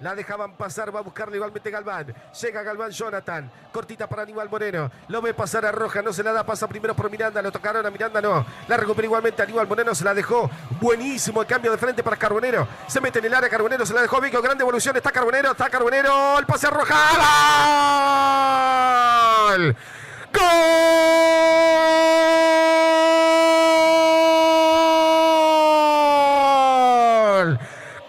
La dejaban pasar, va a buscarle igualmente Galván. Llega Galván Jonathan. Cortita para Aníbal Moreno. Lo ve pasar a Rojas, no se la da, pasa primero por Miranda. Lo tocaron a Miranda, no. La recupera igualmente Aníbal Moreno, se la dejó. Buenísimo el cambio de frente para Carbonero. Se mete en el área Carbonero, se la dejó Vecchio. Grande evolución, está Carbonero. El pase a Rojas. ¡Gol! ¡Gol!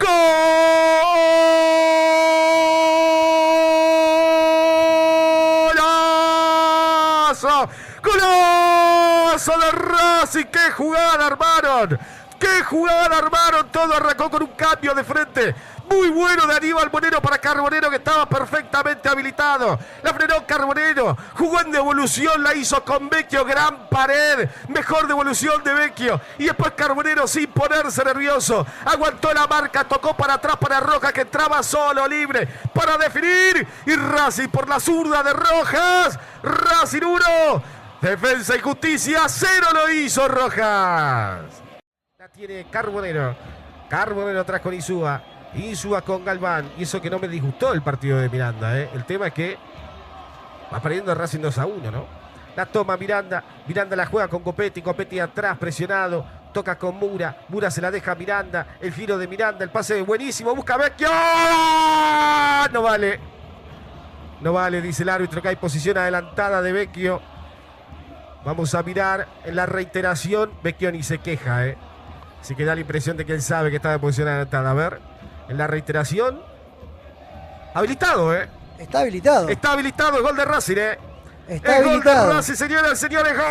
¡Golazo! ¡Golazo de Racing! ¡Qué jugada armaron! ¡Qué jugada armaron! Todo arrancó con un cambio de frente muy bueno de Aníbal Moreno para Carbonero, que estaba perfectamente habilitado. La frenó Carbonero, jugó en devolución, la hizo con Vecchio, gran pared, mejor devolución de Vecchio. Y después Carbonero, sin ponerse nervioso, aguantó la marca, tocó para atrás para Rojas, que entraba solo, libre, para definir. Y Racing por la zurda de Rojas, Racing 1, Defensa y Justicia 0 lo hizo Rojas. La tiene Carbonero, Carbonero atrás con Insúa. Insúa con Galván, y eso que no me disgustó el partido de Miranda, ¿eh? El tema es que va perdiendo Racing 2-1, ¿no? La toma Miranda, Miranda la juega con Copetti, Copetti atrás presionado, toca con Mura, Mura se la deja a Miranda, el giro de Miranda, el pase buenísimo, busca Vecchio, no vale, no vale, dice el árbitro, que hay posición adelantada de Vecchio. Vamos a mirar en la reiteración, Vecchio ni se queja, ¿eh? Así que da la impresión de que él sabe que está en posición adelantada. A ver, en la reiteración. Habilitado, ¿eh? Está habilitado. Está habilitado el gol de Racing, ¿eh? Está el habilitado. Gol de Racing, señoras y señores. ¡Gol!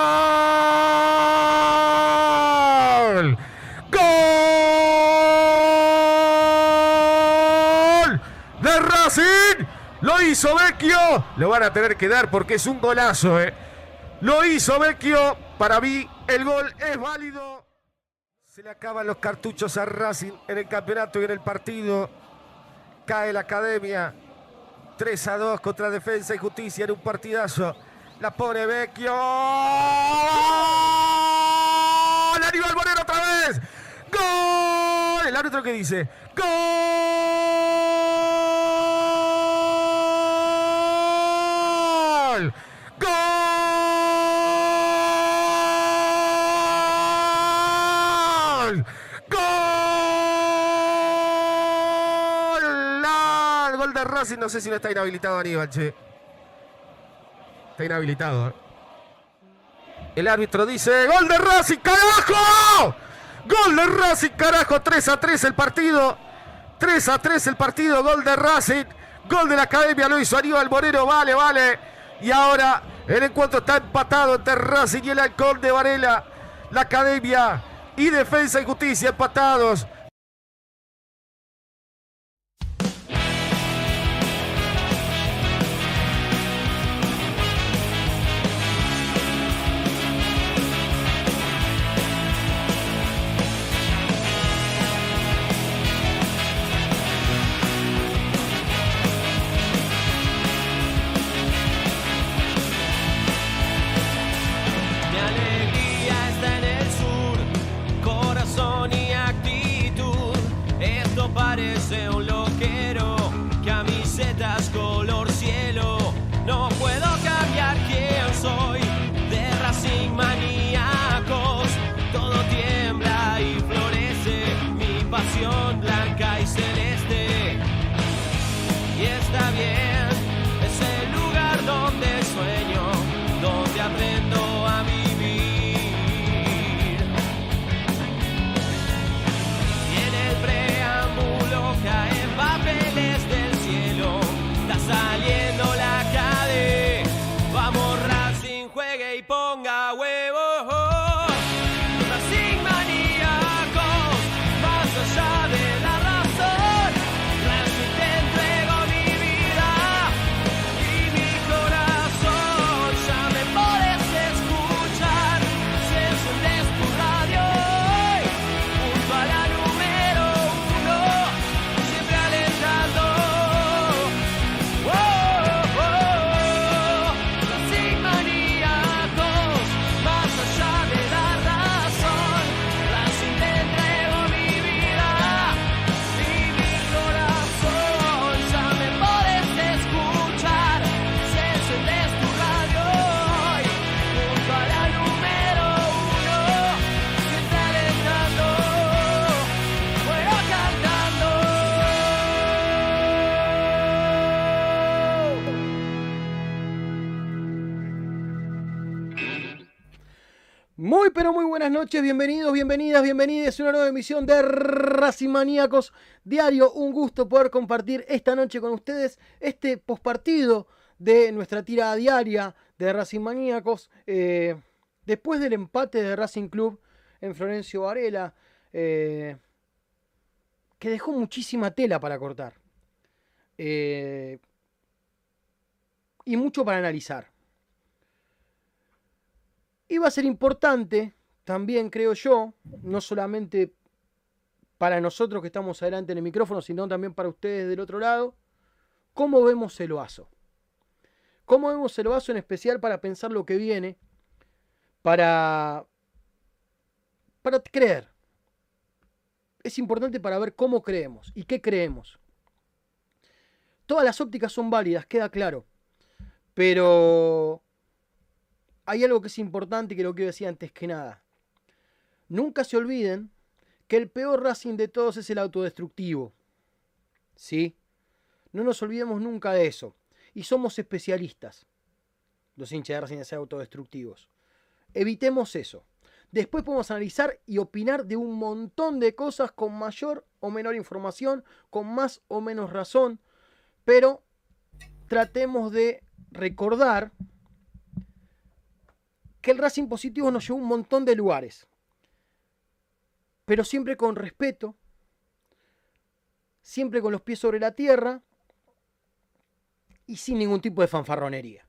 ¡Gol! De Racing. Lo hizo Vecchio. Lo van a tener que dar porque es un golazo, ¿eh? Lo hizo Vecchio. Para mí, el gol es válido. Se le acaban los cartuchos a Racing en el campeonato y en el partido. Cae la Academia. 3-2 contra Defensa y Justicia en un partidazo. La pone Vecchio. Aníbal Moreno otra vez. ¡Gol! El árbitro, ¿qué dice? ¡Gol! ¡Gol! Gol de Racing, no sé si no está inhabilitado Aníbal, che. Está inhabilitado, ¿eh? El árbitro dice, ¡gol de Racing, carajo! ¡Gol de Racing, carajo! 3-3 el partido. 3-3 el partido, gol de Racing. Gol de la Academia, lo hizo Aníbal Moreno, vale, vale. Y ahora el encuentro está empatado entre Racing y el Halcón de Varela. La Academia y Defensa y Justicia empatados. Parece un loquero, camisetas color cielo. No puedo cambiar quién soy, de Racing maníacos. Todo tiembla y florece, mi pasión blanca y celeste. Y está bien, es el lugar donde sueño, donde aprendo a vivir. Y en el caen papeles del cielo, está saliendo la cadena. Vamos Racing, juegue y ponga huevos. Racing maníacos, más allá de la razón. Racing te entrego mi vida. Muy pero muy buenas noches, bienvenidos, bienvenidas, bienvenidas a una nueva emisión de Racing Maníacos Diario. Un gusto poder compartir esta noche con ustedes este postpartido de nuestra tirada diaria de Racing Maníacos. Después del empate de Racing Club en Florencio Varela, que dejó muchísima tela para cortar. Y mucho para analizar. Y va a ser importante, también creo yo, no solamente para nosotros que estamos adelante en el micrófono, sino también para ustedes del otro lado, cómo vemos el Oazo. Cómo vemos el Oazo en especial para pensar lo que viene, para creer. Es importante para ver cómo creemos y qué creemos. Todas las ópticas son válidas, queda claro, pero hay algo que es importante y que lo quiero decir antes que nada. Nunca se olviden que el peor Racing de todos es el autodestructivo. ¿Sí? No nos olvidemos nunca de eso. Y somos especialistas, los hinchas de Racing, de ser autodestructivos. Evitemos eso. Después podemos analizar y opinar de un montón de cosas con mayor o menor información, con más o menos razón, pero tratemos de recordar que el Racing positivo nos llevó a un montón de lugares, pero siempre con respeto, siempre con los pies sobre la tierra y sin ningún tipo de fanfarronería.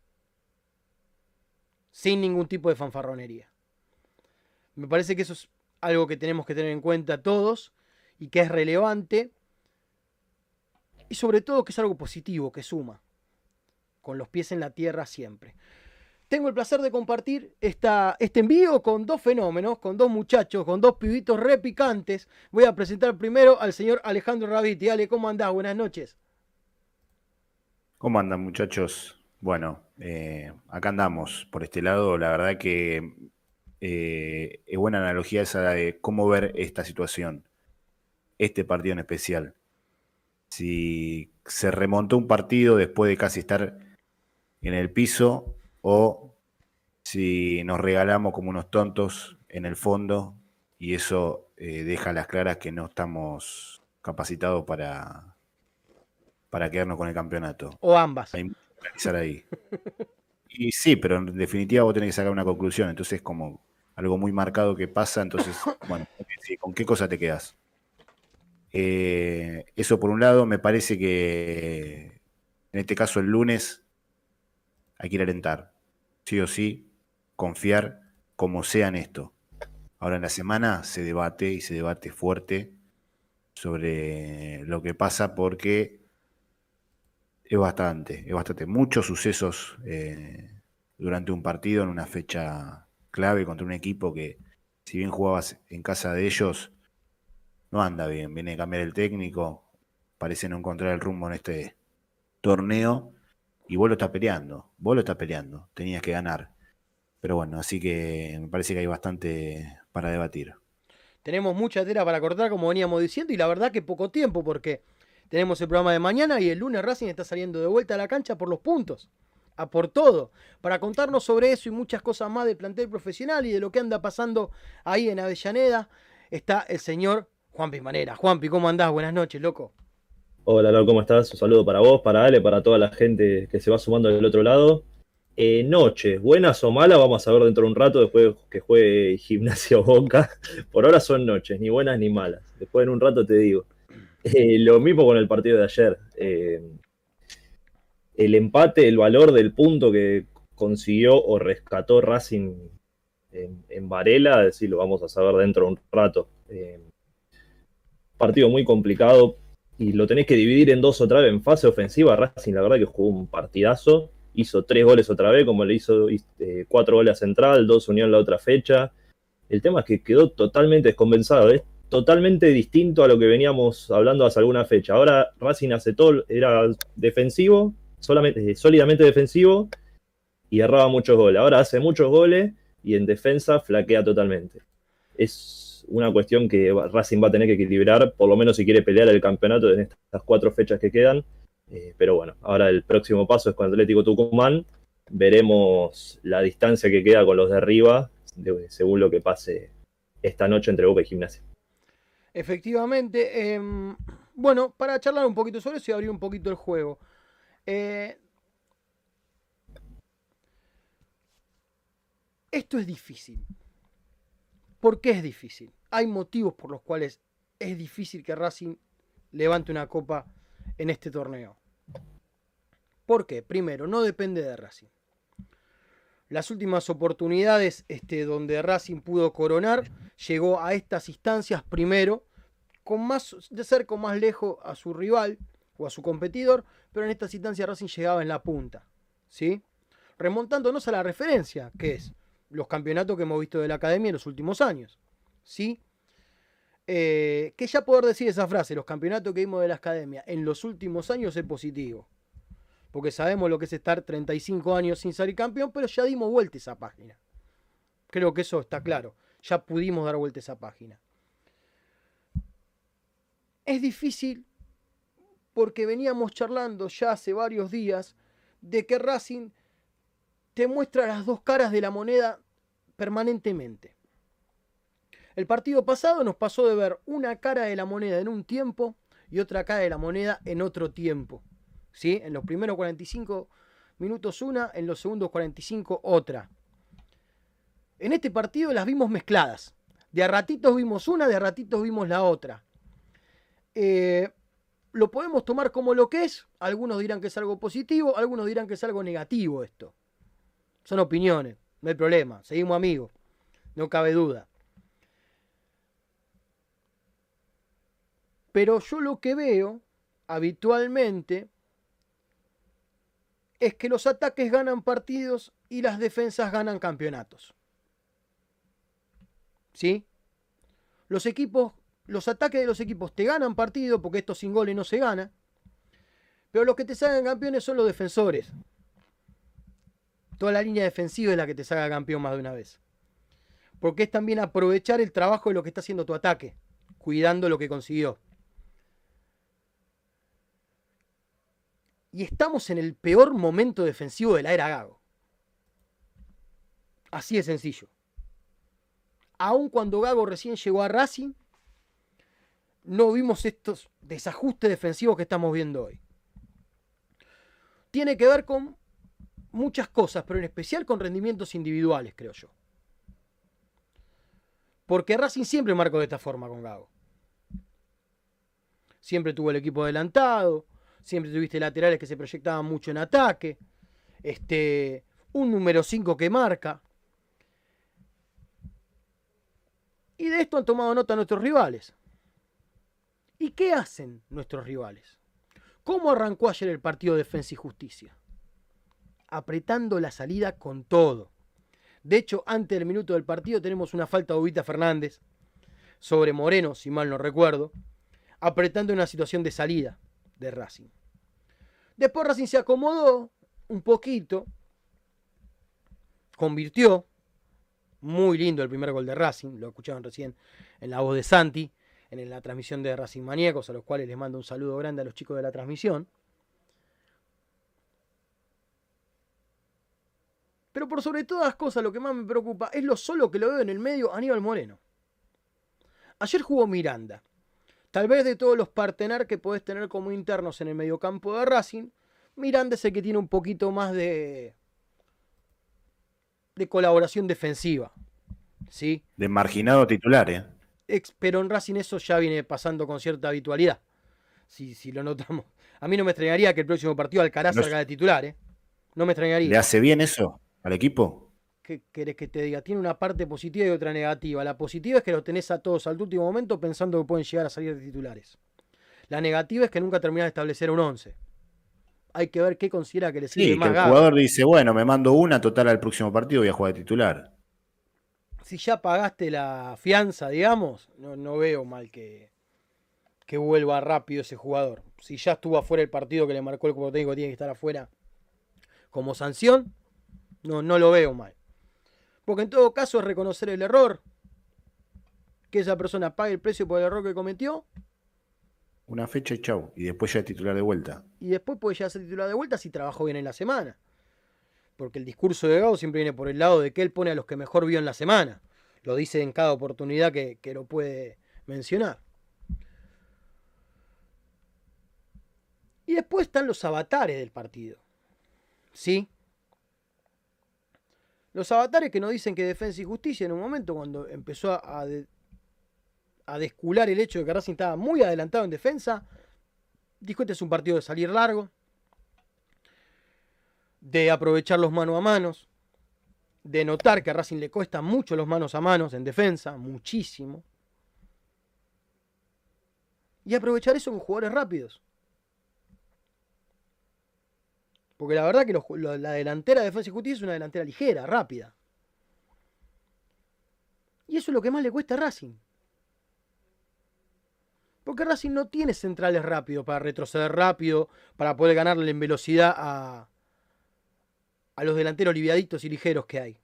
Sin ningún tipo de fanfarronería. Me parece que eso es algo que tenemos que tener en cuenta todos y que es relevante y sobre todo que es algo positivo, que suma, con los pies en la tierra siempre. Tengo el placer de compartir este envío con dos fenómenos, con dos muchachos, con dos pibitos repicantes. Voy a presentar primero al señor Alejandro Raviti. Ale, ¿cómo andás? Buenas noches. ¿Cómo andan, muchachos? Bueno, acá andamos por este lado. La verdad que es buena analogía esa de cómo ver esta situación, este partido en especial. Si se remontó un partido después de casi estar en el piso, o si nos regalamos como unos tontos en el fondo y eso deja a las claras que no estamos capacitados para quedarnos con el campeonato. O ambas. Hay mucho que analizar ahí. Y sí, pero en definitiva vos tenés que sacar una conclusión, entonces es como algo muy marcado que pasa, entonces, bueno, ¿con qué cosa te quedás? Eso por un lado. Me parece que en este caso el lunes hay que ir a alentar, sí o sí, confiar como sea en esto. Ahora en la semana se debate y se debate fuerte sobre lo que pasa porque es bastante, muchos sucesos durante un partido en una fecha clave contra un equipo que, si bien jugabas en casa de ellos, no anda bien, viene a cambiar el técnico, parece no encontrar el rumbo en este torneo. Y vos lo estás peleando, tenías que ganar. Pero bueno, así que me parece que hay bastante para debatir. Tenemos mucha tela para cortar, como veníamos diciendo, y la verdad que poco tiempo, porque tenemos el programa de mañana y el lunes Racing está saliendo de vuelta a la cancha por los puntos, a por todo, para contarnos sobre eso y muchas cosas más del plantel profesional y de lo que anda pasando ahí en Avellaneda. Está el señor Juanpi Manera. Juanpi, ¿cómo andás? Buenas noches, loco. Hola, Lau, ¿cómo estás? Un saludo para vos, para Ale, para toda la gente que se va sumando del otro lado. Noches, buenas o malas, vamos a ver dentro de un rato, después que juegue Gimnasia o Boca. Por ahora son noches, ni buenas ni malas. Después en un rato te digo. Lo mismo con el partido de ayer. El empate, el valor del punto que consiguió o rescató Racing en Varela, es decir, lo vamos a saber dentro de un rato. Partido muy complicado. Y lo tenés que dividir en dos otra vez. En fase ofensiva, Racing la verdad que jugó un partidazo. Hizo 3 goles otra vez, como le hizo 4 goles a Central, 2 Unión la otra fecha. El tema es que quedó totalmente descompensado. Es totalmente distinto a lo que veníamos hablando hace alguna fecha. Ahora Racing hace todo, era defensivo, sólidamente defensivo, y erraba muchos goles. Ahora hace muchos goles y en defensa flaquea totalmente. Es una cuestión que Racing va a tener que equilibrar, por lo menos si quiere pelear el campeonato en estas 4 fechas que quedan. Pero bueno, ahora el próximo paso es con Atlético Tucumán. Veremos la distancia que queda con los de arriba, según lo que pase esta noche entre Boca y Gimnasia. Efectivamente. Bueno, para charlar un poquito sobre eso y abrir un poquito el juego. Esto es difícil. ¿Por qué es difícil? Hay motivos por los cuales es difícil que Racing levante una copa en este torneo. ¿Por qué? Primero, no depende de Racing. Las últimas oportunidades donde Racing pudo coronar, llegó a estas instancias primero, de cerca o más lejos a su rival o a su competidor, pero en estas instancias Racing llegaba en la punta, ¿sí? Remontándonos a la referencia, que es los campeonatos que hemos visto de la academia en los últimos años, ¿sí? Que ya poder decir esa frase, los campeonatos que vimos de la academia en los últimos años es positivo. Porque sabemos lo que es estar 35 años sin salir campeón, pero ya dimos vuelta esa página. Creo que eso está claro. Ya pudimos dar vuelta esa página. Es difícil porque veníamos charlando ya hace varios días de que Racing te muestra las dos caras de la moneda permanentemente. El partido pasado nos pasó de ver una cara de la moneda en un tiempo y otra cara de la moneda en otro tiempo. ¿Sí? En los primeros 45 minutos una, en los segundos 45 otra. En este partido las vimos mezcladas. De a ratitos vimos una, de a ratitos vimos la otra. Lo podemos tomar como lo que es. Algunos dirán que es algo positivo, algunos dirán que es algo negativo esto. Son opiniones, no hay problema. Seguimos amigos, no cabe duda. Pero yo lo que veo habitualmente es que los ataques ganan partidos y las defensas ganan campeonatos. ¿Sí? Los ataques de los equipos te ganan partidos porque esto sin goles no se gana. Pero los que te sacan campeones son los defensores. Toda la línea defensiva es la que te saca campeón más de una vez. Porque es también aprovechar el trabajo de lo que está haciendo tu ataque, cuidando lo que consiguió. Y estamos en el peor momento defensivo de la era Gago. Así de sencillo. Aun cuando Gago recién llegó a Racing, no vimos estos desajustes defensivos que estamos viendo hoy. Tiene que ver con muchas cosas, pero en especial con rendimientos individuales, creo yo. Porque Racing siempre marcó de esta forma con Gago. Siempre tuvo el equipo adelantado. Siempre tuviste laterales que se proyectaban mucho en ataque. Un número 5 que marca. Y de esto han tomado nota nuestros rivales. ¿Y qué hacen nuestros rivales? ¿Cómo arrancó ayer el partido de Defensa y Justicia? Apretando la salida con todo. De hecho, antes del minuto del partido tenemos una falta de Ubita Fernández sobre Moreno, si mal no recuerdo, apretando una situación de salida de Racing. Después Racing se acomodó un poquito, convirtió, muy lindo el primer gol de Racing, lo escucharon recién en la voz de Santi, en la transmisión de Racing Maníacos, a los cuales les mando un saludo grande a los chicos de la transmisión. Pero por sobre todas las cosas lo que más me preocupa es lo solo que lo veo en el medio Aníbal Moreno. Ayer jugó Miranda. Tal vez de todos los partener que podés tener como internos en el mediocampo de Racing, Miranda es el que tiene un poquito más de colaboración defensiva. ¿Sí? De marginado titular, Pero en Racing eso ya viene pasando con cierta habitualidad. Si lo notamos. A mí no me extrañaría que el próximo partido Alcaraz salga de titular, No me extrañaría. ¿Le hace bien eso al equipo? ¿Qué querés que te diga? Tiene una parte positiva y otra negativa. La positiva es que los tenés a todos al último momento pensando que pueden llegar a salir de titulares. La negativa es que nunca terminás de establecer un 11. Hay que ver qué considera que le sirve más que el Gago. jugador dice, bueno, me mando una, total al próximo partido voy a jugar de titular. Si ya pagaste la fianza, digamos, no veo mal que vuelva rápido ese jugador. Si ya estuvo afuera el partido que le marcó el cuerpo técnico, tiene que estar afuera como sanción, no lo veo mal. Porque en todo caso es reconocer el error, que esa persona pague el precio por el error que cometió. Una fecha y chau. Y después ya es titular de vuelta. Y después puede ya ser titular de vuelta si trabajó bien en la semana. porque el discurso de Gago siempre viene por el lado de que él pone a los que mejor vio en la semana. Lo dice en cada oportunidad que lo puede mencionar. Y después están los avatares del partido. ¿Sí? Los avatares que nos dicen que Defensa y Justicia en un momento cuando empezó a descular el hecho de que Racing estaba muy adelantado en defensa, dijo este es un partido de salir largo, de aprovechar los mano a manos, de notar que a Racing le cuesta mucho los manos a manos en defensa, muchísimo, y aprovechar eso con jugadores rápidos. Porque la verdad que la delantera de Defensa y Justicia es una delantera ligera, rápida. Y eso es lo que más le cuesta a Racing. Porque Racing no tiene centrales rápidos para retroceder rápido, para poder ganarle en velocidad a los delanteros liviaditos y ligeros que hay.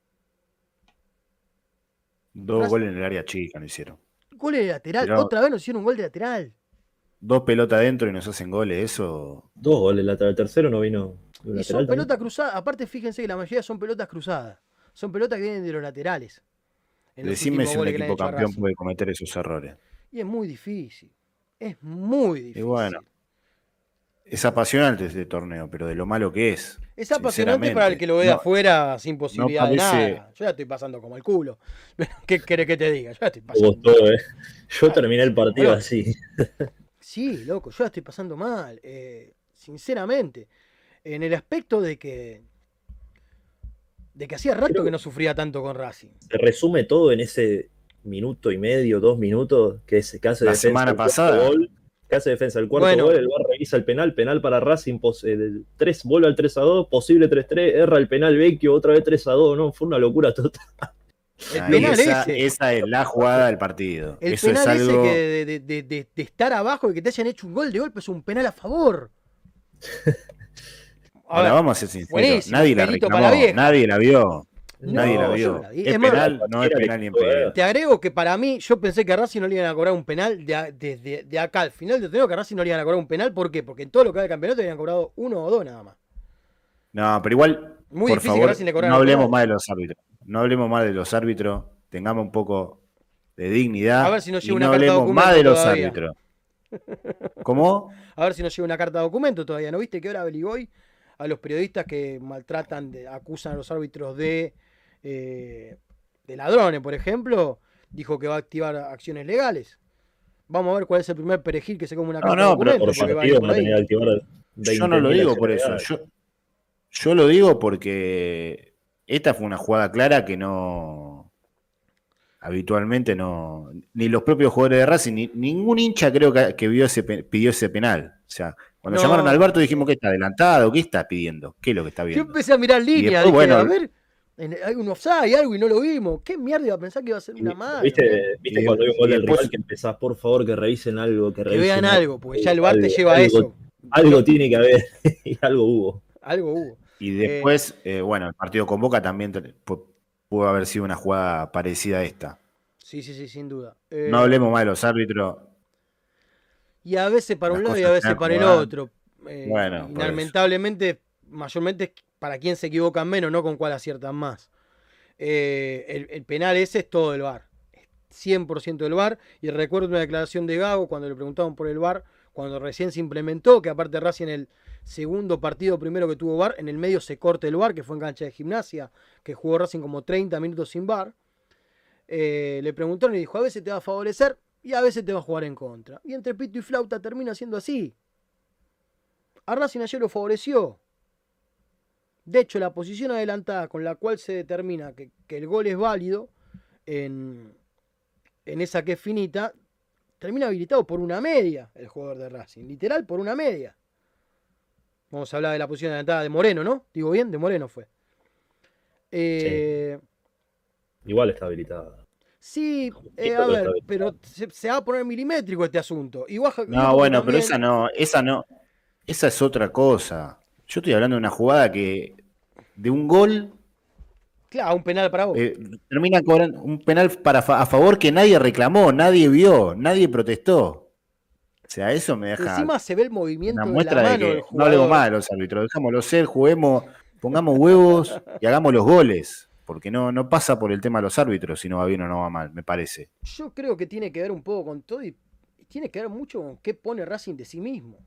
2 goles en el área chica no hicieron. Goles de lateral, Pero otra vez nos hicieron un gol de lateral. 2 pelotas adentro y nos hacen goles, eso. 2 goles, el tercero no vino. Y son pelotas cruzadas, aparte fíjense que la mayoría son pelotas cruzadas. Son pelotas que vienen de los laterales. Decime si un equipo campeón puede cometer esos errores. Y es muy difícil. Es muy difícil. Y bueno, es apasionante este torneo, pero de lo malo que es. Es apasionante para el que lo ve de afuera sin posibilidad de nada. Yo ya estoy pasando como el culo. ¿Qué querés que te diga? Yo ya estoy pasando. Todo, Yo terminé el partido así. Sí, loco, yo la estoy pasando mal. Sinceramente. En el aspecto de que hacía rato que no sufría tanto con Racing. Se resume todo en ese minuto y medio, 2 minutos, que hace la defensa semana pasada. Gol, que hace defensa el cuarto gol, el VAR revisa el penal para Racing, 3, vuelve al 3-2, posible 3-3, erra el penal Vecchio, otra vez 3-2, no, fue una locura total. Esa es la jugada del partido. El eso penal es algo... ese que de estar abajo y que te hayan hecho un gol de golpe es un penal a favor. Ahora vamos a ser sinceros, nadie la reclamó, nadie la vio. Nadie la vio. Es penal, no es penal ni en pedo. Te agrego que para mí, yo pensé que a Racing no le iban a cobrar un penal de acá al final del torneo, que a Racing no le iban a cobrar un penal. ¿Por qué? Porque en todo lo que va del campeonato le habían cobrado 1 o 2 nada más. No, pero igual, muy por difícil favor, que Racing le cobrara no hablemos penal. más de los árbitros. No hablemos más de los árbitros. Tengamos un poco de dignidad. A ver si nos llega y una no carta de hablemos documento más de los todavía. árbitros. ¿Cómo? A ver si nos llega una carta de documento todavía. ¿No viste que ahora Beligoy a los periodistas que maltratan, acusan a los árbitros de ladrones, por ejemplo, dijo que va a activar acciones legales? Vamos a ver cuál es el primer perejil que se come una carta de documento. Por partido no tenía que activar. Yo no lo digo por eso. Yo lo digo porque esta fue una jugada clara que no... Habitualmente no... Ni los propios jugadores de Racing, ni ningún hincha creo que pidió ese penal. O sea, cuando llamaron a Alberto dijimos que está adelantado, ¿qué está pidiendo? ¿Qué es lo que está viendo? Yo empecé a mirar líneas, después, dije, bueno, a ver, hay un offside, algo y no lo vimos. ¿Qué mierda iba a pensar que iba a ser una mano? ¿Viste cuando hay un gol del rival que empezás, por favor, que revisen algo? Que vean algo, porque ya el VAR te lleva a eso. Algo tiene que haber, y algo hubo. Algo hubo. Y después, bueno, el partido con Boca también pudo haber sido una jugada parecida a esta. Sí, sin duda. No hablemos más de los árbitros. Y a veces para un lado y a veces para el otro. Bueno, lamentablemente, mayormente es para quien se equivocan menos, no con cuál aciertan más. El penal ese es todo el VAR. 100% del VAR. Y recuerdo una declaración de Gago cuando le preguntaban por el VAR, cuando recién se implementó, que aparte Racing en el segundo partido primero que tuvo VAR, en el medio se corta el VAR, que fue en cancha de Gimnasia, que jugó Racing como 30 minutos sin VAR. Le preguntaron y dijo, a veces te va a favorecer y a veces te va a jugar en contra. Y entre pito y flauta termina siendo así. A Racing ayer lo favoreció. De hecho, la posición adelantada con la cual se determina que el gol es válido en esa que es finita, termina habilitado por una media el jugador de Racing. Literal, por una media. Vamos a hablar de la posición adelantada de Moreno, ¿no? Digo bien, de Moreno fue. Sí. Igual está habilitada. Sí, a ver, pero se va a poner milimétrico este asunto. Igual, no, bueno, también... pero esa es otra cosa. Yo estoy hablando de una jugada de un gol. Claro, un penal para vos. Termina cobrando un penal a favor que nadie reclamó, nadie vio, nadie protestó. O sea, eso me deja. Encima se ve el movimiento una muestra de la mano de que del no jugador. hablemos más de los árbitros, dejámoslo ser, juguemos Pongamos huevos y hagamos los goles. Porque no pasa por el tema de los árbitros si no va bien o no va mal, me parece. Yo creo que tiene que ver un poco con todo y tiene que ver mucho con qué pone Racing de sí mismo.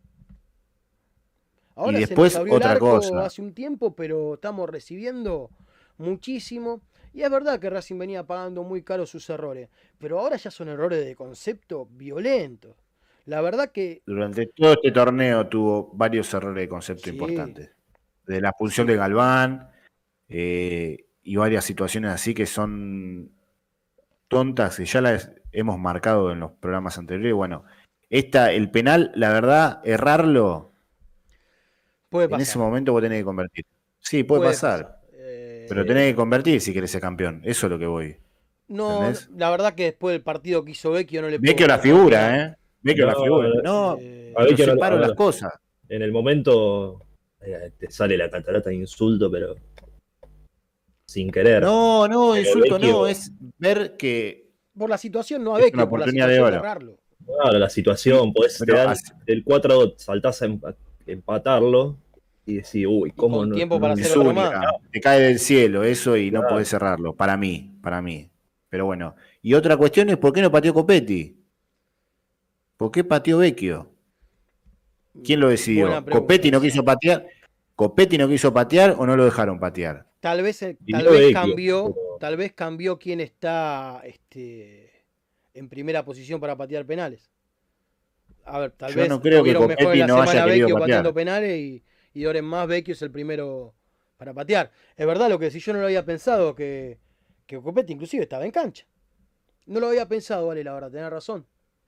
Ahora después, se nos abrió otra el arco cosa. hace un tiempo, pero estamos recibiendo muchísimo. Y es verdad que Racing venía pagando muy caro sus errores, pero ahora ya son errores de concepto violentos. La verdad que Durante todo este torneo tuvo varios errores de concepto sí, importantes. De la expulsión de sí. Galván y varias situaciones así que son tontas y ya las hemos marcado en los programas anteriores. Bueno, el penal, la verdad, errarlo, Puede en ese pasar, momento vos tenés que convertir. Sí, puede puede pasar, pasar. pero Sí. tenés que convertir si querés ser campeón. Eso es lo que voy. No, ¿Entendés? la verdad que después del partido que hizo Vecchio no le puedo Vecchio la cuestionar. figura, ¿eh? Vecchio la No, figura. No, Eh, a pero Vecchio no, a separo las ver, cosas. en el momento te sale la catarata de insulto, pero sin querer. No, Pero insulto Vecchio, no, es ver que por la situación, no a es una Vecchio, por la oportunidad de situación de oro. errarlo. claro, la situación, Sí, pues te pero dan del 4 saltás a empatarlo y decís, uy, Y ¿cómo con tiempo para hacer es otro más. única. Te cae del cielo eso y no Claro. podés cerrarlo. Para mí. Pero bueno. Y otra cuestión es ¿por qué no pateó Copetti? ¿Por qué pateó Vecchio? ¿Quién lo Buena decidió? pregunta ¿Copetti no esa. quiso patear? ¿Copetti no quiso patear o no lo dejaron patear? Y no Vecchio, tal vez cambió quién está en primera posición para patear penales. A ver, tal Yo no vez lo creo que vieron mejor en Copetti la no haya semana querido Vecchio pateando patear. penales y ahora en más Vecchio es el primero para patear. Es verdad lo que si yo no lo había pensado, que Copetti inclusive estaba en cancha. No lo había pensado, vale, la verdad, tenés razón.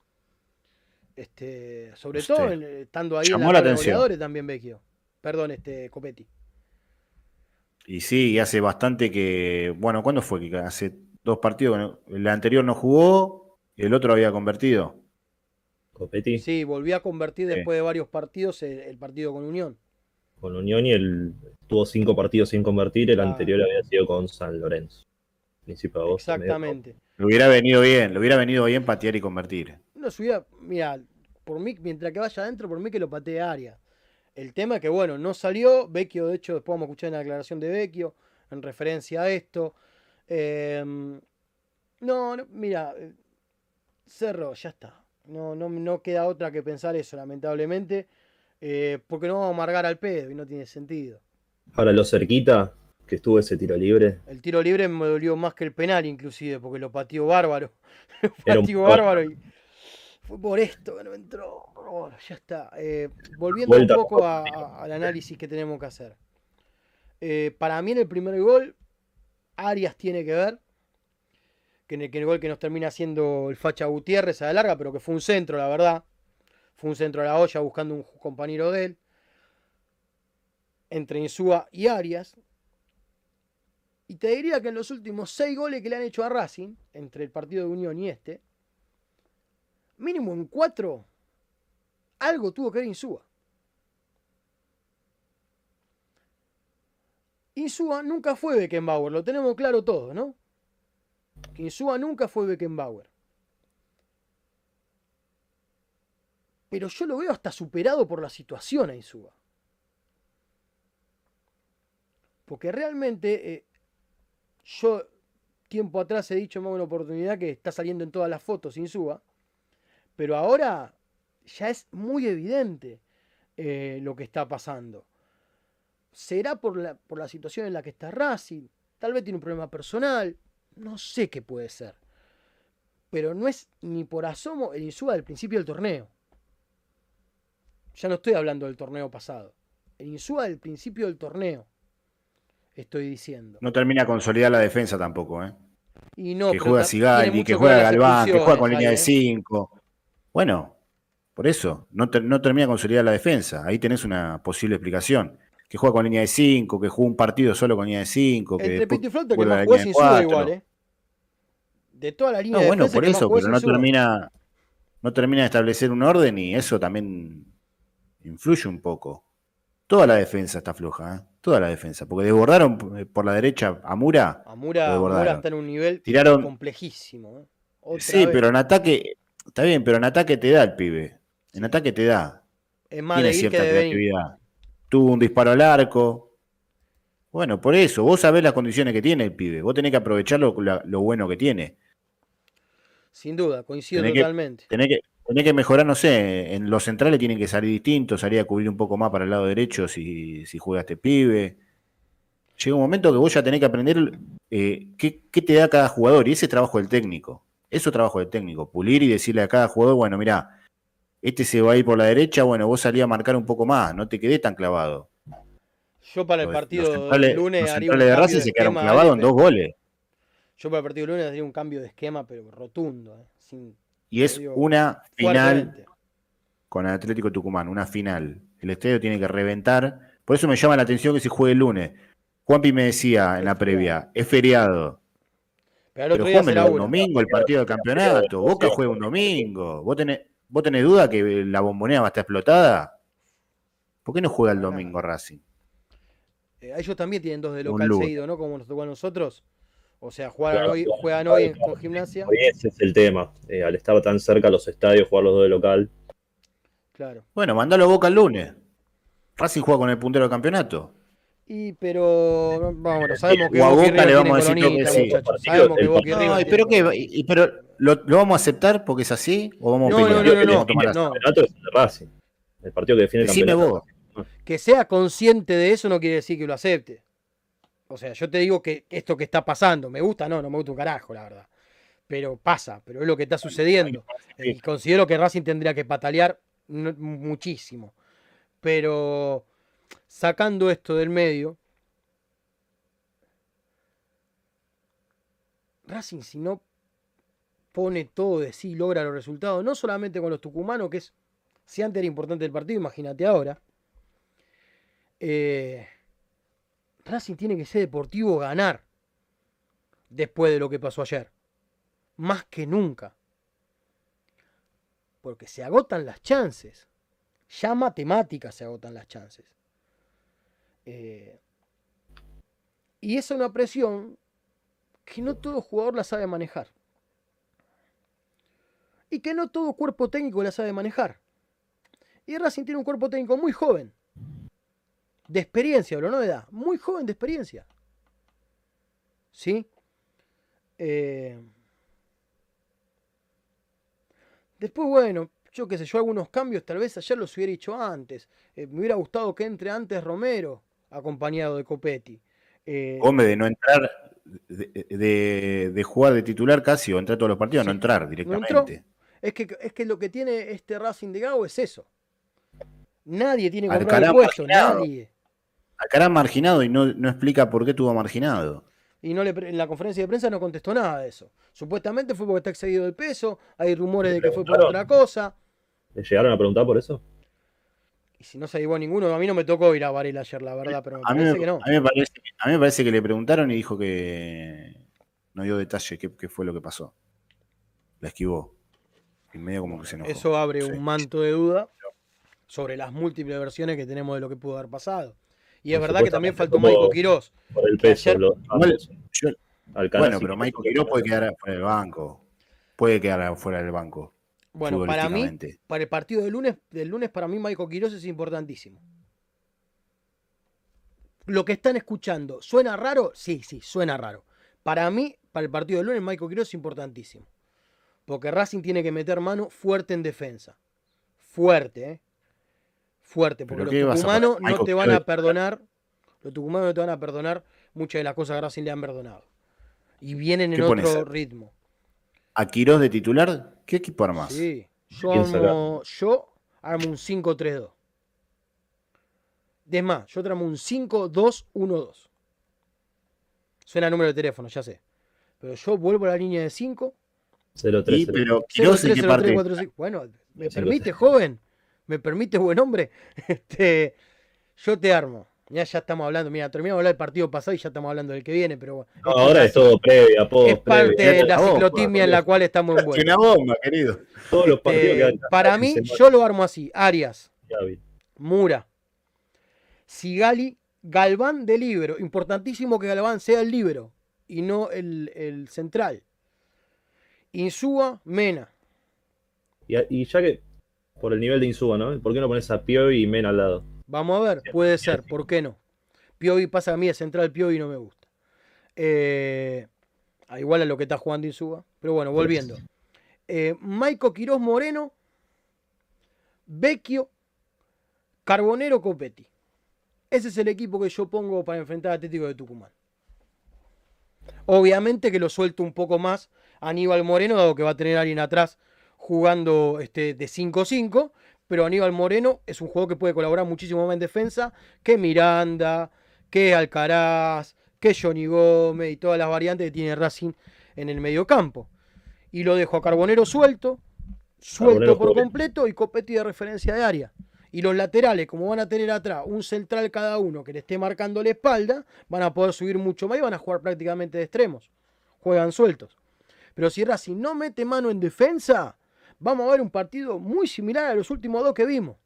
Sobre todo Este, estando ahí en la llamó la tabla de atención. goleadores también Vecchio. Perdón, Copetti. Y sí, y hace bastante que. Bueno, ¿cuándo fue que hace 2 partidos? El anterior no jugó, el otro había convertido. Copetti Sí, volvió a convertir Sí. después de varios partidos el partido con Unión. con Unión y tuvo 5 partidos sin convertir, el Ah, anterior había sido con San Lorenzo. Principio de agosto, medio de agosto. exactamente. Le hubiera venido bien patear y convertir. No subía, mira, por mí, mientras que vaya adentro, por mí que lo patee a área. El tema es que, bueno, no salió. Vecchio, de hecho, después vamos a escuchar una declaración de Vecchio en referencia a esto. No, mira, Cerro, ya está. No queda otra que pensar eso, lamentablemente. Porque no vamos a amargar al pedo y no tiene sentido. Ahora lo cerquita que estuvo ese tiro libre. El tiro libre me dolió más que el penal, inclusive, porque lo pateó bárbaro. Lo Era un pateó poco- bárbaro y fue por esto que no entró. Pero bueno, ya está. Volviendo un Vuelta. poco al análisis que tenemos que hacer. Para mí en el primer gol, Arias tiene que ver. Que el gol que nos termina haciendo el Facha Gutiérrez a la larga, pero que fue un centro, la verdad. Fue un centro a la olla buscando un compañero de él. Entre Insúa y Arias. Y te diría que en los últimos 6 goles que le han hecho a Racing, entre el partido de Unión y mínimo en 4, algo tuvo que ver Insúa. Insúa nunca fue Beckenbauer, lo tenemos claro todo, ¿no? Que Insúa nunca fue Beckenbauer. Pero yo lo veo hasta superado por la situación a Insúa. Porque realmente yo tiempo atrás he dicho más una oportunidad que está saliendo en todas las fotos Insúa. Pero ahora ya es muy evidente lo que está pasando. ¿Será por la situación en la que está Racing? Tal vez tiene un problema personal. No sé qué puede ser. Pero no es ni por asomo el Insúa del principio del torneo. Ya no estoy hablando del torneo pasado. El Insúa del principio del torneo. Estoy diciendo. No termina de consolidar la defensa tampoco, ¿eh? Y no, Que pero juega tiene Sigali, mucho que ver juega las Galván, que juega con expulsiones línea ahí, de 5. Bueno, por eso, no termina de consolidar la defensa. Ahí tenés una posible explicación. Que juega con línea de 5, que jugó un partido solo con línea de 5, que Entre después Pito y Flauta, el que vuelve a más la jugó línea es de Insúa 4. igual, ¿eh? De toda la línea No, de bueno, defensa, por el que más eso, jugó es pero no Insúa. termina de establecer un orden y eso también influye un poco. Toda la defensa está floja, ¿eh? Toda la defensa. Porque desbordaron por la derecha a Mura. Lo Mura desbordaron. está en un nivel Tiraron. complejísimo, ¿eh? Otra Sí, vez. pero en ataque. Está bien, pero en ataque te da el pibe. En Sí. ataque te da. Es más Tiene de ir que cierta de venir. creatividad. Tuvo un disparo al arco. Bueno, por eso, vos sabés las condiciones que tiene el pibe, vos tenés que aprovechar lo bueno que tiene. Sin duda, coincido Tenés totalmente. tenés que mejorar, no sé, en los centrales tienen que salir distintos, salir a cubrir un poco más para el lado derecho si juega este pibe. Llega un momento que vos ya tenés que aprender qué te da cada jugador, y ese es trabajo del técnico. Eso es trabajo del técnico, pulir y decirle a cada jugador, bueno, mirá, este se va a ir por la derecha, bueno, vos salí a marcar un poco más, no te quedés tan clavado. Yo para el Los partido del lunes los haría un centrales de cambio Racing de se quedaron esquema, clavados Ale, en 2 goles. yo para el partido del lunes haría un cambio de esquema, pero rotundo, Y lo es digo una final fuertemente. con el Atlético Tucumán, una final. El estadio tiene que reventar. Por eso me llama la atención que se juegue el lunes. Juanpi me decía en la previa, es feriado. Pero el Pero otro día jugámelo será el uno. domingo, el partido del campeonato. Boca juega un domingo. ¿Vos tenés duda que la bombonera va a estar explotada? ¿Por qué no juega el domingo Racing? Ellos también tienen 2 de Un local lunes. seguido, ¿no? Como nos tocó a nosotros. O sea, juegan Claro, hoy, claro. juegan hoy con Gimnasia. Hoy ese es el tema. Al estar tan cerca los estadios, jugar los dos de local. Claro. Bueno, mandalo a Boca el lunes. Racing juega con el puntero del campeonato. Pero vamos, sabemos que O a Boca y Boca River le tienen vamos a decir colonita, que sí. muchachos. Sabemos que El Boca y partido- River No, tienen pero ¿qué? Pero ¿lo vamos a aceptar porque es así? ¿O vamos No, a pelear? no, no, no, Vamos a tomar no. la- El campeonato es el de Racing. El partido que define el Decime campeonato. vos. Que sea consciente de eso no quiere decir que lo acepte. O sea, yo te digo que esto que está pasando, ¿me gusta? No me gusta un carajo, la verdad. Pero pasa, pero es lo que está sucediendo. Y considero que Racing tendría que patalear muchísimo. Pero sacando esto del medio, Racing si no pone todo de sí, logra los resultados, no solamente con los tucumanos, que es, si antes era importante el partido, imagínate ahora. Racing tiene que ser deportivo, ganar después de lo que pasó ayer. Más que nunca. Porque se agotan las chances. Ya matemáticas se agotan las chances. Y esa es una presión que no todo jugador la sabe manejar. Y que no todo cuerpo técnico la sabe manejar. Y Racing tiene un cuerpo técnico muy joven. De experiencia, bro, no de edad. Muy joven de experiencia. ¿Sí? Después, bueno, yo qué sé, yo algunos cambios tal vez ayer los hubiera hecho antes. Me hubiera gustado que entre antes Romero, acompañado de Copetti. Gómez de no entrar, de jugar de titular casi o entrar todos los partidos, Sí. no entrar ¿No directamente. entró? Es que lo que tiene este Racing de Gago es eso. Nadie tiene que Alcaraz comprar el puesto, marginado. nadie. Alcaraz marginado y no explica por qué tuvo marginado. Y en la conferencia de prensa no contestó nada de eso. Supuestamente fue porque está excedido de peso, hay rumores de que fue por otra cosa. ¿Le llegaron a preguntar por eso? Y si no se llevó ninguno, a mí no me tocó ir a Varela ayer, la verdad, pero me parece que no. A mí me parece que le preguntaron y dijo que no dio detalle qué fue lo que pasó. La esquivó. Y medio como que se enojó. Eso abre Sí. un manto de duda sobre las múltiples versiones que tenemos de lo que pudo haber pasado. Y es verdad que también faltó Supuestamente, Maico Quirós. Por el Que peso. ayer- Igual, Alcaraz bueno, sí pero que- Michael Quirós puede quedar fuera del banco. Puede quedar fuera del banco. Bueno, para mí, futbolísticamente. para el partido del lunes para mí Maico Quirós es importantísimo. Lo que están escuchando, ¿suena raro? Sí, suena raro. Para mí, para el partido del lunes, Maico Quirós es importantísimo. Porque Racing tiene que meter mano fuerte en defensa. Fuerte, ¿eh? Fuerte, porque ¿Pero los qué vas a tucumanos poner? no Maico te van Quirós a perdonar. Los tucumanos no te van a perdonar muchas de las cosas que Racing le han perdonado. Y vienen en ¿Qué pones? otro ritmo. ¿A Quirós de titular? ¿Qué equipo armás? Sí. Yo ¿Quién saca? armo un 5-3-2. Es más, yo tramo un 5-2-1-2. Suena número de teléfono, ya sé. Pero yo vuelvo a la línea de 5. 0-3. Y, pero Quirós en qué parte. Bueno, ¿me 5-3. permite, joven? ¿Me permite, buen hombre? Yo te armo. Ya estamos hablando, mira, terminamos de hablar del partido pasado y ya estamos hablando del que viene, pero bueno. No, ahora es todo previa, post, Es parte previa. de la bomba, ciclotimia en la cual estamos envueltos. Una bomba, querido. Todos los partidos que hay. Para mí, yo lo armo así. Arias, Mura, Sigali, Galván de líbero. Importantísimo que Galván sea el líbero y no el central. Insúa, Mena. Y ya que, por el nivel de Insúa, ¿no? ¿Por qué no pones a Piovi y Mena al lado? Vamos a ver, puede ser, ¿por qué no? Piovi pasa a mí de central Piovi no me gusta. Igual a lo que está jugando Insúa. Pero bueno, volviendo. Maico Quirós Moreno, Vecchio, Carbonero, Copetti. Ese es el equipo que yo pongo para enfrentar a Atlético de Tucumán. Obviamente que lo suelto un poco más a Aníbal Moreno, dado que va a tener a alguien atrás jugando de 5-5, pero Aníbal Moreno es un jugador que puede colaborar muchísimo más en defensa que Miranda, que Alcaraz, que Johnny Gómez y todas las variantes que tiene Racing en el mediocampo. Y lo dejo a Carbonero suelto por completo, y Copetti de referencia de área. Y los laterales, como van a tener atrás un central cada uno que le esté marcando la espalda, van a poder subir mucho más y van a jugar prácticamente de extremos. Juegan sueltos. Pero si Racing no mete mano en defensa, vamos a ver un partido muy similar a los últimos 2 que vimos.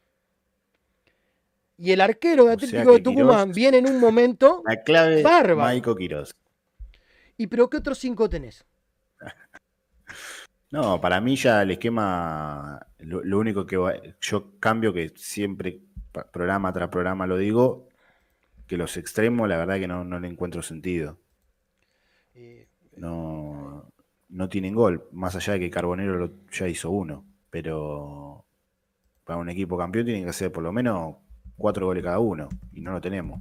Y el arquero de Atlético de Tucumán viene en un momento la clave bárbaro. Maico Quirós. ¿Y pero qué otros 5 tenés? No, para mí ya el esquema, lo único que yo cambio, que siempre programa tras programa lo digo, que los extremos la verdad que no le encuentro sentido. No tienen gol, más allá de que Carbonero ya hizo uno, pero para un equipo campeón tienen que hacer por lo menos 4 goles cada uno, y no lo tenemos.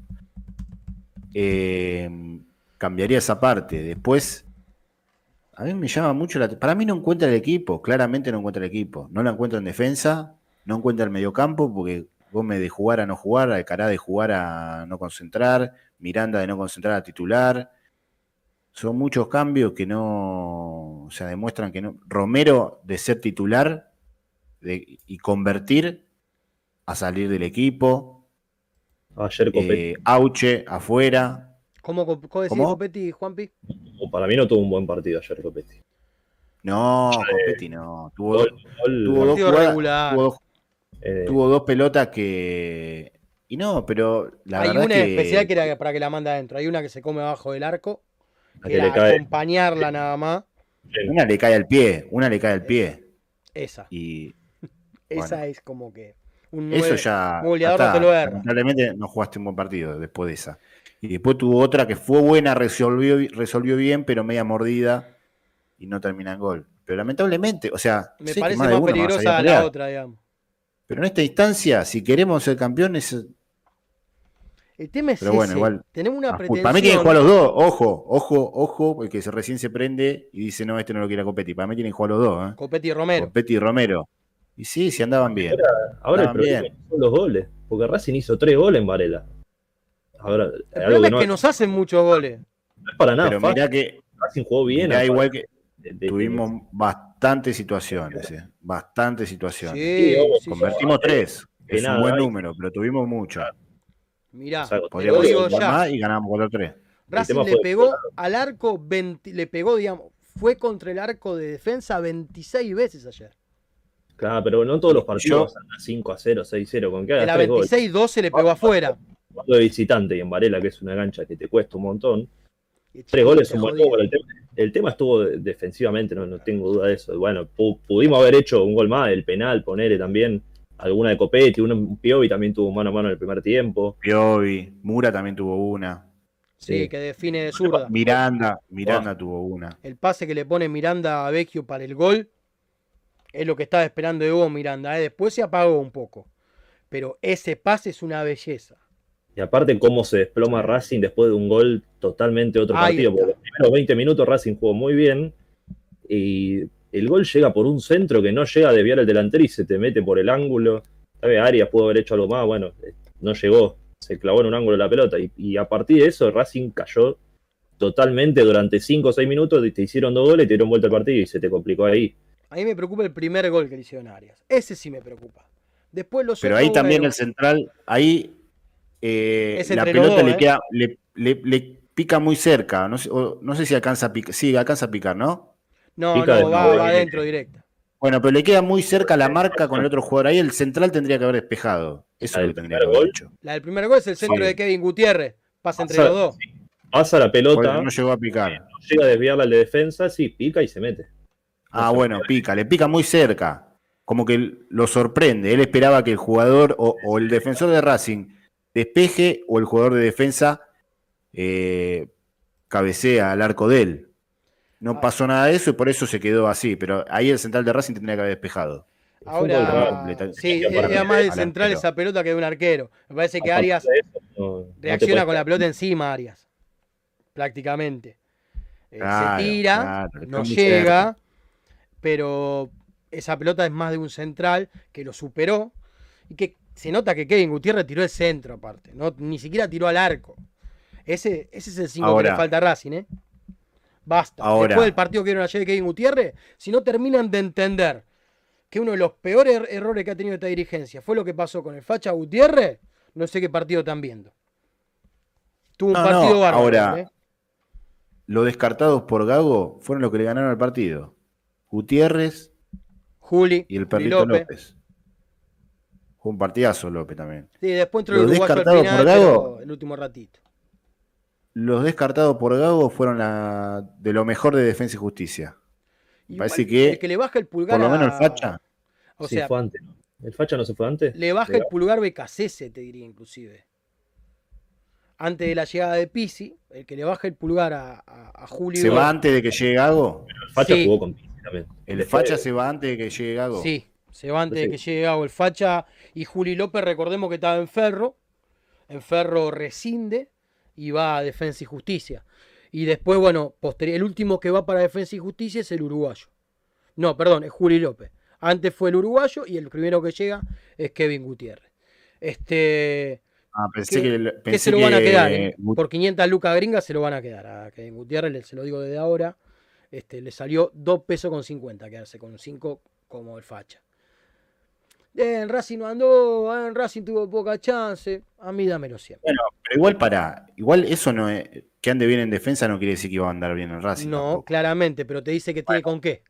Cambiaría esa parte. Después, a mí me llama mucho para mí no encuentra el equipo, claramente no encuentra el equipo. No lo encuentra en defensa, no encuentra el mediocampo, porque Gómez de jugar a no jugar, Alcaraz de jugar a no concentrar, Miranda de no concentrar a titular. Son muchos cambios que no, o sea, demuestran que no. Romero de ser titular y convertir a salir del equipo. Ayer Copetti. Auche afuera. ¿Cómo decís Copetti, Juanpi? Para mí no tuvo un buen partido ayer Copetti. No, Copetti no. Tuvo dos regular. Tuvo 2 pelotas que. Y no, pero la verdad hay una que especial que era para que la manda adentro. Hay una que se come abajo del arco. Que le era cae. Acompañarla nada más. Una le cae al pie. Esa. Y esa bueno, es como que un eso ya. un goleador no te lo erra. Lamentablemente no jugaste un buen partido después de esa. Y después tuvo otra que fue buena, resolvió bien, pero media mordida y no termina en gol. Pero lamentablemente, o sea, me parece más peligrosa la otra, digamos. Pero en esta instancia, si queremos ser campeones. El tema es pero bueno, igual, tenemos una pretensión. Para mí tienen que jugar los dos. Ojo, porque recién se prende y dice, no, este no lo quiere a Copetti. Para mí tienen que jugar los dos. Copetti y Romero. Y sí, andaban bien. Ahora el problema son los goles. Porque Racing hizo 3 goles en Varela. Ahora, el problema es que nos hacen muchos goles. No es para nada. Pero mirá que Racing jugó bien. Igual que tuvimos bastantes situaciones. Bastantes situaciones. Sí, convertimos 3. Es un buen número, pero tuvimos mucho. Mirá, podríamos jugar más y ganamos 4-3. Racing le pegó al arco, digamos, fue contra el arco de defensa 26 veces ayer. Claro, pero no todos los partidos a 5-0, 6-0. Con que haga 3 goles. En la 26-12 le pegó afuera. De visitante y en Varela, que es una cancha que te cuesta un montón. 3 goles es un buen gol. El tema estuvo defensivamente, no tengo duda de eso. Bueno, pudimos haber hecho un gol más, el penal, ponerle también alguna de Copetti, un Piovi también tuvo mano a mano en el primer tiempo. Piovi, Mura también tuvo una. Sí, que define de zurda. Miranda tuvo una. El pase que le pone Miranda a Vecchio para el gol es lo que estaba esperando de Hugo Miranda. Después se apagó un poco, pero ese pase es una belleza. Y aparte cómo se desploma Racing después de un gol totalmente otro partido. Porque los primeros 20 minutos Racing jugó muy bien y el gol llega por un centro que no llega a desviar el delantero y se te mete por el ángulo. Arias pudo haber hecho algo más, bueno, no llegó, se clavó en un ángulo la pelota y a partir de eso Racing cayó totalmente durante 5 o 6 minutos, te hicieron 2 goles, te dieron vuelta al partido y se te complicó ahí. A mí me preocupa el primer gol que le hicieron a Arias, ese sí me preocupa. Después los pero ahí también el central, ahí la pelota le pica muy cerca, no sé si alcanza a picar, sí, alcanza a picar, ¿no? No, va adentro directa. Bueno, pero le queda muy cerca la marca con el otro jugador. Ahí el central tendría que haber despejado. Eso es lo que tendría que haber hecho. La del primer gol es el centro de Kevin Gutiérrez. Pasa entre los dos. Pasa la pelota. No llegó a picar. No llega a desviarla al de defensa, sí, pica y se mete. Bueno, le pica muy cerca. Como que lo sorprende. Él esperaba que el jugador o el defensor de Racing despeje o el jugador de defensa cabecea al arco de él. No pasó nada de eso y por eso se quedó así, pero ahí el central de Racing tendría que haber despejado. Ahora, sí, era más de central esa pelota que de un arquero. Me parece que Arias reacciona con la pelota encima, Arias. Prácticamente. Claro, se tira, claro, no llega, pero esa pelota es más de un central que lo superó y que se nota que Kevin Gutiérrez tiró el centro aparte, no, ni siquiera tiró al arco. Ese es el 5 que le falta a Racing, ¿eh? Basta. Después del partido que vieron ayer de Kevin Gutiérrez, si no terminan de entender que uno de los peores errores que ha tenido esta dirigencia fue lo que pasó con el Facha Gutiérrez, no sé qué partido están viendo. Tuvo un partido bárbaro. Ahora, los descartados por Gago fueron los que le ganaron el partido. Gutiérrez, Juli y el perrito López. Fue un partidazo López también. Sí, después entró el uruguayo al final, por Gago, el último ratito. Los descartados por Gago fueron de lo mejor de Defensa y Justicia. Y parece que, el que le baja el pulgar por lo menos el Facha. O sea, fue antes, ¿no? ¿El Facha no se fue antes? Le baja el pulgar Becasese, te diría inclusive. Antes de la llegada de Pizzi, el que le baja el pulgar a Julio. ¿Se va antes de que llegue Gago? Pero el Facha jugó con Pizzi también. ¿El Facha se va antes de que llegue Gago? Sí, se va antes de que llegue Gago. El Facha y Juli López, recordemos que estaba en Ferro. En Ferro rescinde y va a Defensa y Justicia. Y después, bueno, el último que va para Defensa y Justicia es el uruguayo. No, perdón, es Juli López. Antes fue el uruguayo y el primero que llega es Kevin Gutiérrez. Pensé que se lo van a quedar, ¿eh? Por 500 lucas gringas se lo van a quedar a Kevin Gutiérrez, se lo digo desde ahora. Le salió 2 pesos con 50 quedarse con 5 como el Facha. En Racing no andó, en Racing tuvo poca chance. A mí dámelo siempre. Bueno, pero igual eso no es, que ande bien en defensa no quiere decir que iba a andar bien en Racing. No, tampoco. claramente, pero te dice que tiene con qué.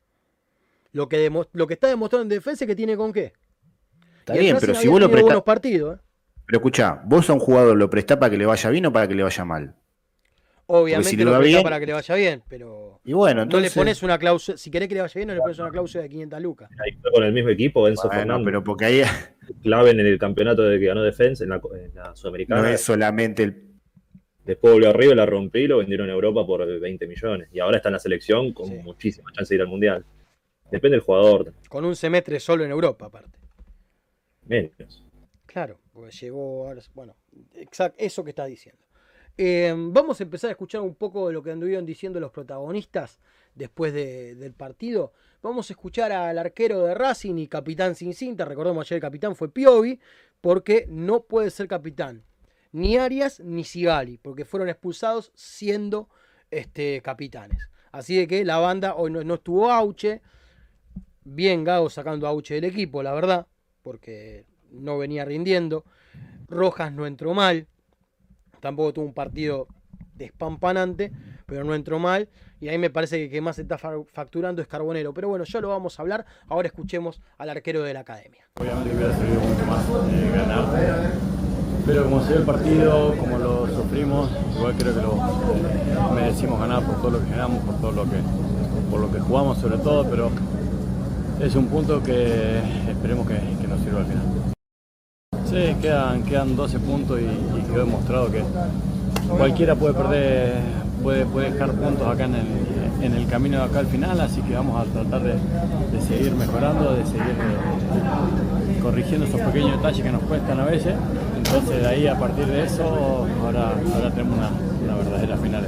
Lo que está demostrando en defensa es que tiene con qué. Está bien, pero si vos lo prestás. Partidos, ¿eh? Pero escuchá, vos a un jugador lo prestás para que le vaya bien o para que le vaya mal. Obviamente si lo prestás bien, para que le vaya bien, pero y bueno, entonces, no le pones una cláusula, si querés que le vaya bien, no le pones una cláusula de 500 lucas. Ahí fue con el mismo equipo, Enzo Fernández. Pero porque ahí clave en el campeonato de que ganó Defensa en la Sudamericana. No es solamente el. Después volvió arriba, la rompí y lo vendieron a Europa por 20 millones. Y ahora está en la selección con muchísima chance de ir al Mundial. Depende del jugador. Con un semestre solo en Europa, aparte. Menos. Claro, porque llegó ahora. Bueno, exacto, eso que estás diciendo. Vamos a empezar a escuchar un poco de lo que anduvieron diciendo los protagonistas después del partido. Vamos a escuchar al arquero de Racing y capitán sin cinta. Recordemos ayer el capitán fue Piovi, porque no puede ser capitán ni Arias ni Sigali, porque fueron expulsados siendo capitanes. Así de que la banda hoy no estuvo Auche. Bien Gago sacando a Auche del equipo, la verdad, porque no venía rindiendo. Rojas no entró mal. Tampoco tuvo un partido despampanante, pero no entró mal. Y ahí me parece que el que más se está facturando es Carbonero. Pero bueno, ya lo vamos a hablar. Ahora escuchemos al arquero de la academia. Obviamente hubiera servido mucho más ganar. Pero como se dio el partido, como lo sufrimos, igual creo que lo merecimos ganar por todo lo que generamos, por lo que jugamos sobre todo. Pero es un punto que esperemos que nos sirva al final. Sí, quedan 12 puntos y quedó demostrado que cualquiera puede perder, puede dejar puntos acá en el camino de acá al final, así que vamos a tratar de seguir mejorando, de seguir corrigiendo esos pequeños detalles que nos cuestan a veces. Entonces de ahí, a partir de eso, ahora tenemos una verdadera final.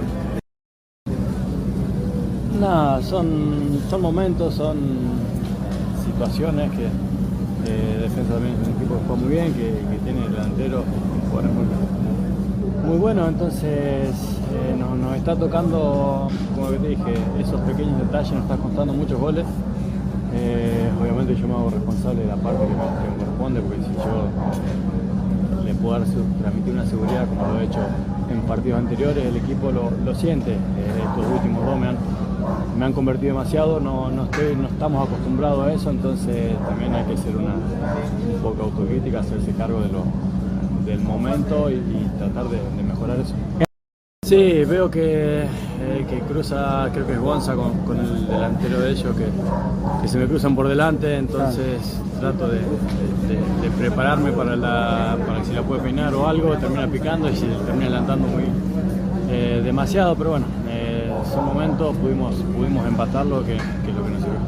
Nada, son momentos, son situaciones que Defensa también es un equipo que juega muy bien, que tiene delanteros muy buenos, entonces nos está tocando, como te dije, esos pequeños detalles, nos está costando muchos goles. Obviamente yo me hago responsable de la parte que me corresponde, porque si yo le puedo transmitir una seguridad como lo he hecho en partidos anteriores, el equipo lo siente. Estos últimos dos me han convertido demasiado, no estamos acostumbrados a eso, entonces también hay que ser un poco autocrítica, hacerse cargo del momento y tratar de mejorar eso. Sí, veo que cruza, creo que es Gonza con el delantero de ellos, que se me cruzan por delante, entonces trato de prepararme para que si la puede peinar o algo, termina picando y se termina adelantando demasiado, pero bueno, son momentos, pudimos empatarlo, que es lo que nos sirve.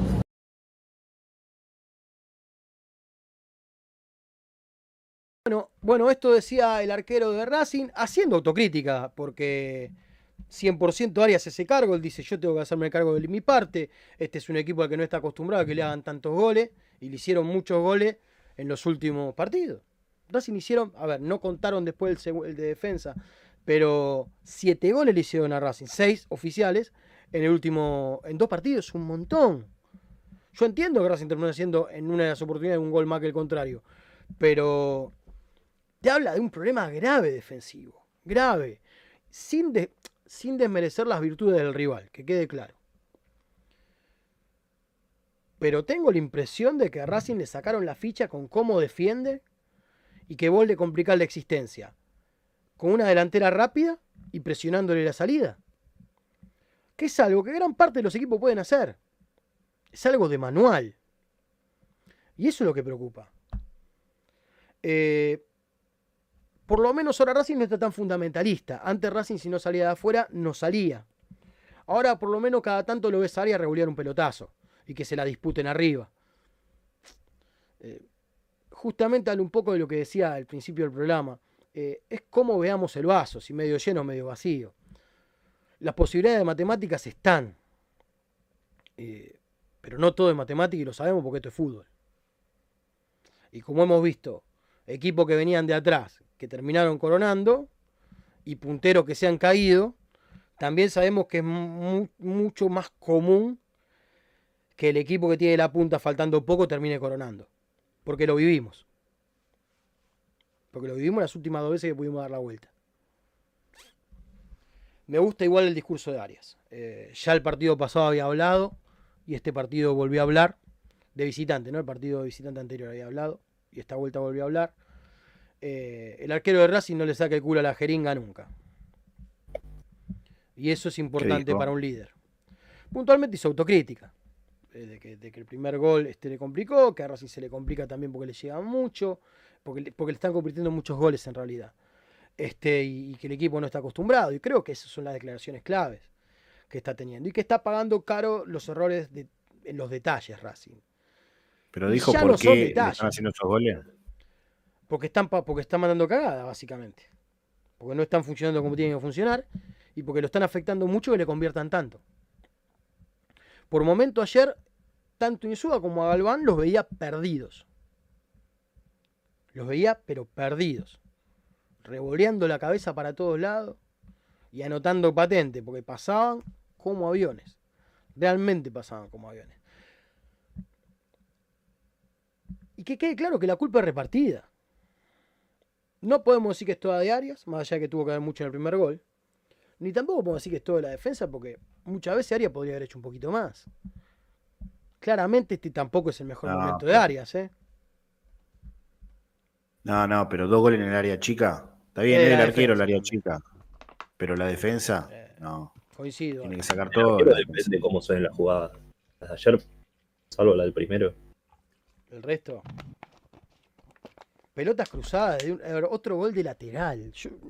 Bueno, esto decía el arquero de Racing, haciendo autocrítica, porque 100% Arias ese cargo, él dice, yo tengo que hacerme el cargo de mi parte, este es un equipo al que no está acostumbrado a que le hagan tantos goles, y le hicieron muchos goles en los últimos partidos. Racing hicieron, a ver, no contaron después el de defensa, pero 7 goles le hicieron a Racing, 6 oficiales, en 2 partidos, un montón. Yo entiendo que Racing terminó haciendo en una de las oportunidades un gol más que el contrario, pero te habla de un problema grave defensivo, grave, sin desmerecer las virtudes del rival, que quede claro. Pero tengo la impresión de que a Racing le sacaron la ficha con cómo defiende y que vos le complicás la existencia, con una delantera rápida y presionándole la salida. Que es algo que gran parte de los equipos pueden hacer. Es algo de manual. Y eso es lo que preocupa. Por lo menos ahora Racing no está tan fundamentalista. Antes Racing, si no salía de afuera, no salía. Ahora por lo menos cada tanto lo ves a Arias revolear un pelotazo y que se la disputen arriba. Justamente hablo un poco de lo que decía al principio del programa. Es como veamos el vaso, si medio lleno o medio vacío. Las posibilidades de matemáticas están. Pero no todo es matemática y lo sabemos porque esto es fútbol. Y como hemos visto, equipos que venían de atrás, que terminaron coronando, y punteros que se han caído, también sabemos que es mucho más común que el equipo que tiene la punta faltando poco termine coronando. Porque lo vivimos. Porque lo vivimos las últimas 2 veces que pudimos dar la vuelta. Me gusta igual el discurso de Arias. Ya el partido pasado había hablado, y este partido volvió a hablar, de visitante, ¿no? El partido de visitante anterior había hablado, y esta vuelta volvió a hablar. El arquero de Racing no le saca el culo a la jeringa nunca. Y eso es importante para un líder. Puntualmente hizo autocrítica. De que el primer gol le complicó, que a Racing se le complica también porque le llega mucho, porque le están convirtiendo muchos goles en realidad. Y que el equipo no está acostumbrado. Y creo que esas son las declaraciones claves que está teniendo. Y que está pagando caro los errores en los detalles Racing. Pero dijo ya por no son qué le detalles. están haciendo esos goles. Porque están mandando cagada, básicamente. Porque no están funcionando como tienen que funcionar. Y porque lo están afectando mucho que le conviertan tanto. Por momento ayer, tanto Insúa como a Galván los veía perdidos. Los veía, pero perdidos. Revoleando la cabeza para todos lados. Y anotando patente. Porque pasaban como aviones. Realmente pasaban como aviones. Y que quede claro que la culpa es repartida. No podemos decir que es toda de Arias, más allá de que tuvo que haber mucho en el primer gol. Ni tampoco podemos decir que es toda de la defensa, porque muchas veces Arias podría haber hecho un poquito más. Claramente este tampoco es el mejor momento de Arias, ¿eh? No, pero 2 goles en el área chica. Está bien, es el arquero el área chica. Pero la defensa, no. Coincido. Tiene que sacar todo. Depende de cómo son las jugadas. Las de ayer, salvo la del primero. El resto. Pelotas cruzadas. Otro gol de lateral.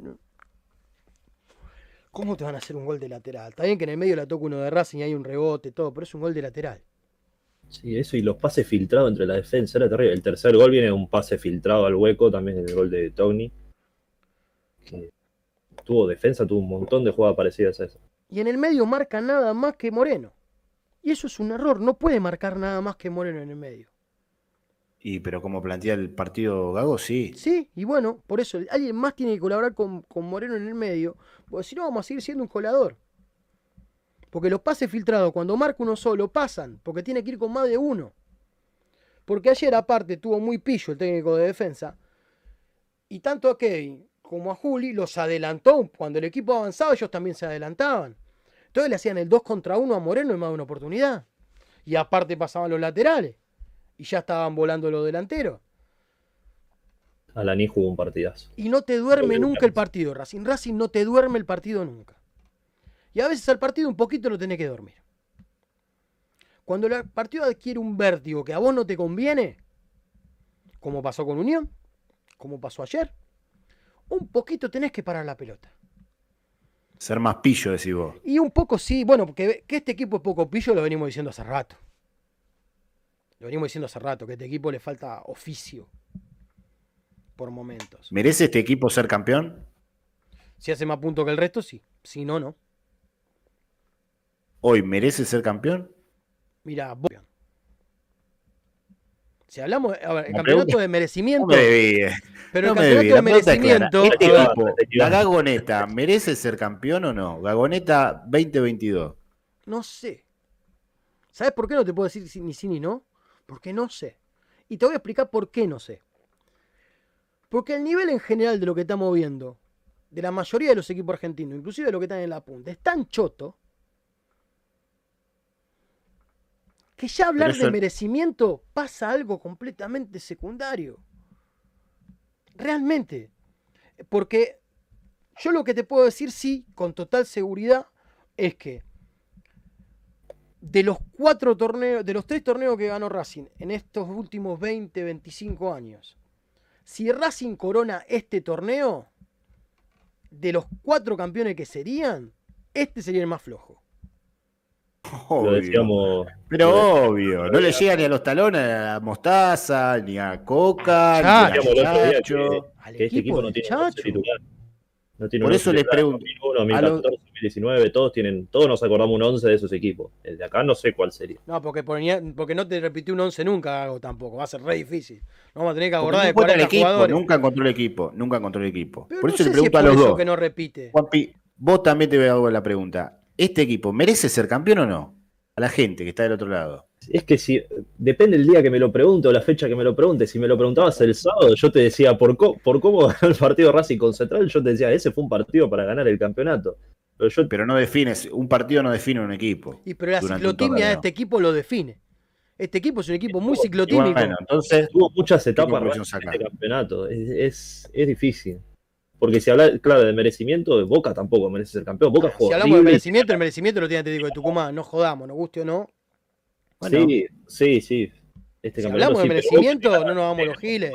¿Cómo te van a hacer un gol de lateral? Está bien que en el medio la toca uno de Racing y hay un rebote, todo, pero es un gol de lateral. Sí, eso y los pases filtrados entre la defensa era terrible. El tercer gol viene de un pase filtrado al hueco, también el gol de Togni. Que tuvo defensa, tuvo un montón de jugadas parecidas a eso. Y en el medio marca nada más que Moreno. Y eso es un error, no puede marcar nada más que Moreno en el medio. Pero como plantea el partido Gago, sí. Sí, y bueno, por eso alguien más tiene que colaborar con Moreno en el medio, porque si no vamos a seguir siendo un colador. Porque los pases filtrados, cuando marca uno solo, pasan, porque tiene que ir con más de uno. Porque ayer aparte tuvo muy pillo el técnico de defensa, y tanto a Kevin como a Juli los adelantó. Cuando el equipo avanzaba, ellos también se adelantaban. Entonces le hacían el 2 contra 1 a Moreno en más de una oportunidad. Y aparte pasaban los laterales. Y ya estaban volando los delanteros. Alaní jugó un partidazo. Y no te duerme nunca el partido, Racing. Racing no te duerme el partido nunca. Y a veces al partido un poquito lo tenés que dormir. Cuando el partido adquiere un vértigo que a vos no te conviene, como pasó con Unión, como pasó ayer, un poquito tenés que parar la pelota. Ser más pillo, decís vos. Y un poco sí, bueno, porque que este equipo es poco pillo lo venimos diciendo hace rato. Lo venimos diciendo hace rato, que a este equipo le falta oficio. Por momentos. ¿Merece este equipo ser campeón? Si hace más puntos que el resto, sí. Si no, no. ¿Hoy merece ser campeón? Mira, si hablamos, a ver, el La campeonato pregunta- de merecimiento. No me desvíe. Pero No el me campeonato desvíe. de La pregunta es clara. merecimiento. ¿Este a ver, equipo, la Gagoneta, merece ser campeón o no? Gagoneta 2022. no sé. ¿Sabes por qué no te puedo decir ni sí ni no? Porque no sé. Y te voy a explicar por qué no sé. Porque el nivel en general de lo que estamos viendo, de la mayoría de los equipos argentinos, inclusive de los que están en la punta, es tan choto que ya hablar Pero eso- de merecimiento pasa algo completamente secundario. Realmente. Porque yo lo que te puedo decir, sí, con total seguridad, es que de los 4 torneos, de los 3 torneos que ganó Racing en estos últimos 20, 25 años, si Racing corona este torneo, de los 4 campeones que serían, este sería el más flojo. Lo Obvio. decíamos. Pero obvio, no le llega ni a los talones a Mostaza, ni a Coca, Chacho. ni a Decíamos el otro día Chacho. Al que este equipo equipo no del tiene un once Chacho. titular. No tiene Por un eso once les titular. pregunto, 2001, a 2014, 2019, todos nos acordamos un 11 de esos equipos. El de acá no sé cuál sería. No, porque no te repitió un 11 nunca, Gago, tampoco. Va a ser re difícil. Vamos a tener que Porque abordar no de encuentra el 40 equipo, jugadores. nunca encontró el equipo. Pero Por no eso sé le si es pregunto a por los eso dos. que no repite. Juanpi, vos también te hago la pregunta. ¿Este equipo merece ser campeón o no? A la gente que está del otro lado. Es que si depende el día que me lo pregunte o la fecha que me lo pregunte. Si me lo preguntabas el sábado, yo te decía, por cómo ganó el partido Racing con Central, yo te decía, ese fue un partido para ganar el campeonato. Pero no defines, un partido no define un equipo. Pero la durante un ciclotimia de torneo. este equipo lo define. Este equipo es un equipo muy Y ciclotímico. Bueno, entonces, Tuvo muchas etapas conclusión Racing en sacás? este campeonato. Es difícil. Porque si hablas, claro, de merecimiento, Boca tampoco merece ser campeón. Boca Si juega hablamos de horrible. merecimiento, el merecimiento lo tiene Atlético de Tucumán. No jodamos, nos guste o no. Bueno. Sí. Este Si campeonato hablamos de sí, pero merecimiento, Boca no nos vamos los giles.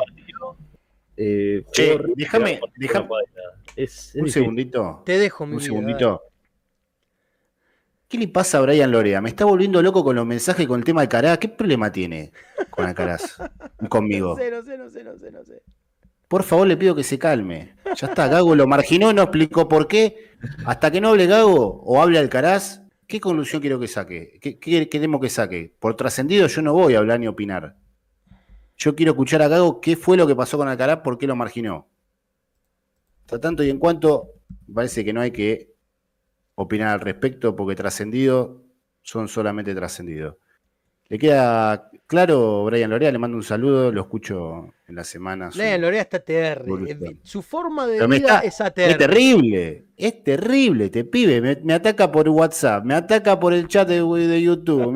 jugó Che, horrible, déjame- no puede nada. Es un difícil. segundito. Te dejo, mi Un vida, segundito. ¿Qué le pasa a Brian Lorea? Me está volviendo loco con los mensajes con el tema de Alcaraz. ¿Qué problema tiene con Alcaraz? Y conmigo. No sé. Por favor, le pido que se calme. Ya está, Gago lo marginó, no explicó por qué. Hasta que no hable Gago o hable Alcaraz, ¿qué conclusión quiero que saque? ¿Qué queremos que saque? Por trascendido yo no voy a hablar ni opinar. Yo quiero escuchar a Gago qué fue lo que pasó con Alcaraz, por qué lo marginó. Hasta tanto y en cuanto, parece que no hay que opinar al respecto, porque trascendido son solamente trascendidos. ¿Le queda claro, Brian Lorea? Le mando un saludo, lo escucho en la semana. Brian Lorea está TR. Evolución. Su forma de Pero me vida está- es ATR. es terrible, este pibe. Me ataca por WhatsApp, me ataca por el chat de YouTube.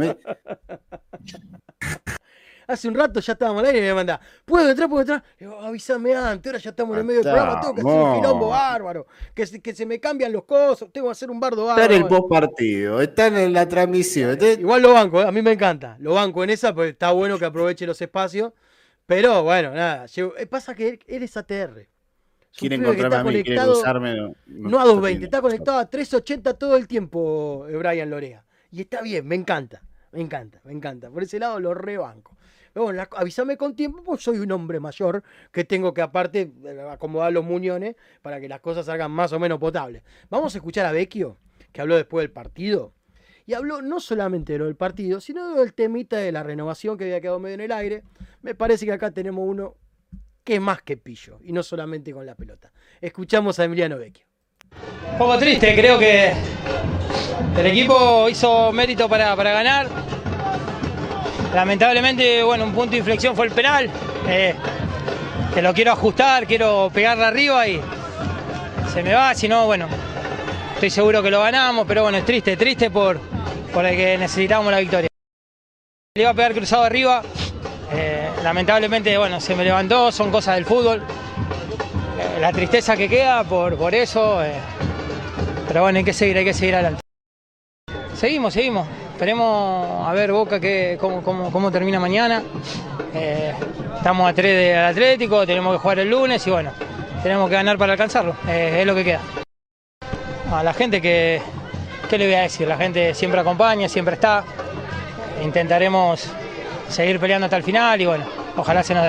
Hace un rato ya estábamos al aire y me manda, ¿puedo entrar? Le digo, avísame antes, ahora ya estamos en el medio del programa, tengo que hacer un Estamos. quilombo bárbaro, que se me cambian los cosos, tengo que hacer un bardo Está en el bárbaro. post partido, está en la transmisión. Igual lo banco, a mí me encanta, lo banco en esa, porque está bueno que aproveche los espacios, pero bueno, nada, pasa que él es ATR. Es un Quiere pibe que encontrarme está a mí, quiere conectado, cruzarme. no a 220, está conectado a 380 todo el tiempo, Brian Lorea. Y está bien, me encanta. Por ese lado lo rebanco. Pero bueno, avísame con tiempo, porque soy un hombre mayor que tengo que aparte acomodar los muñones para que las cosas salgan más o menos potables. Vamos a escuchar a Vecchio, que habló después del partido. Y habló no solamente de lo del partido, sino del temita de la renovación que había quedado medio en el aire. Me parece que acá tenemos uno que es más que pillo, y no solamente con la pelota. Escuchamos a Emiliano Vecchio. Un poco triste, creo que el equipo hizo mérito para ganar. Lamentablemente, bueno, un punto de inflexión fue el penal. Que lo quiero ajustar, quiero pegarle arriba y se me va, si no, bueno, estoy seguro que lo ganamos, pero bueno, es triste por el que necesitábamos la victoria. Le iba a pegar cruzado arriba, Lamentablemente, bueno, se me levantó, son cosas del fútbol. La tristeza que queda por eso, pero bueno, hay que seguir adelante. Seguimos. Esperemos a ver Boca cómo termina mañana. Estamos a 3 del Atlético, tenemos que jugar el lunes y bueno, tenemos que ganar para alcanzarlo. Es lo que queda. A la gente ¿qué le voy a decir? La gente siempre acompaña, siempre está. Intentaremos seguir peleando hasta el final y bueno, ojalá se nos dé.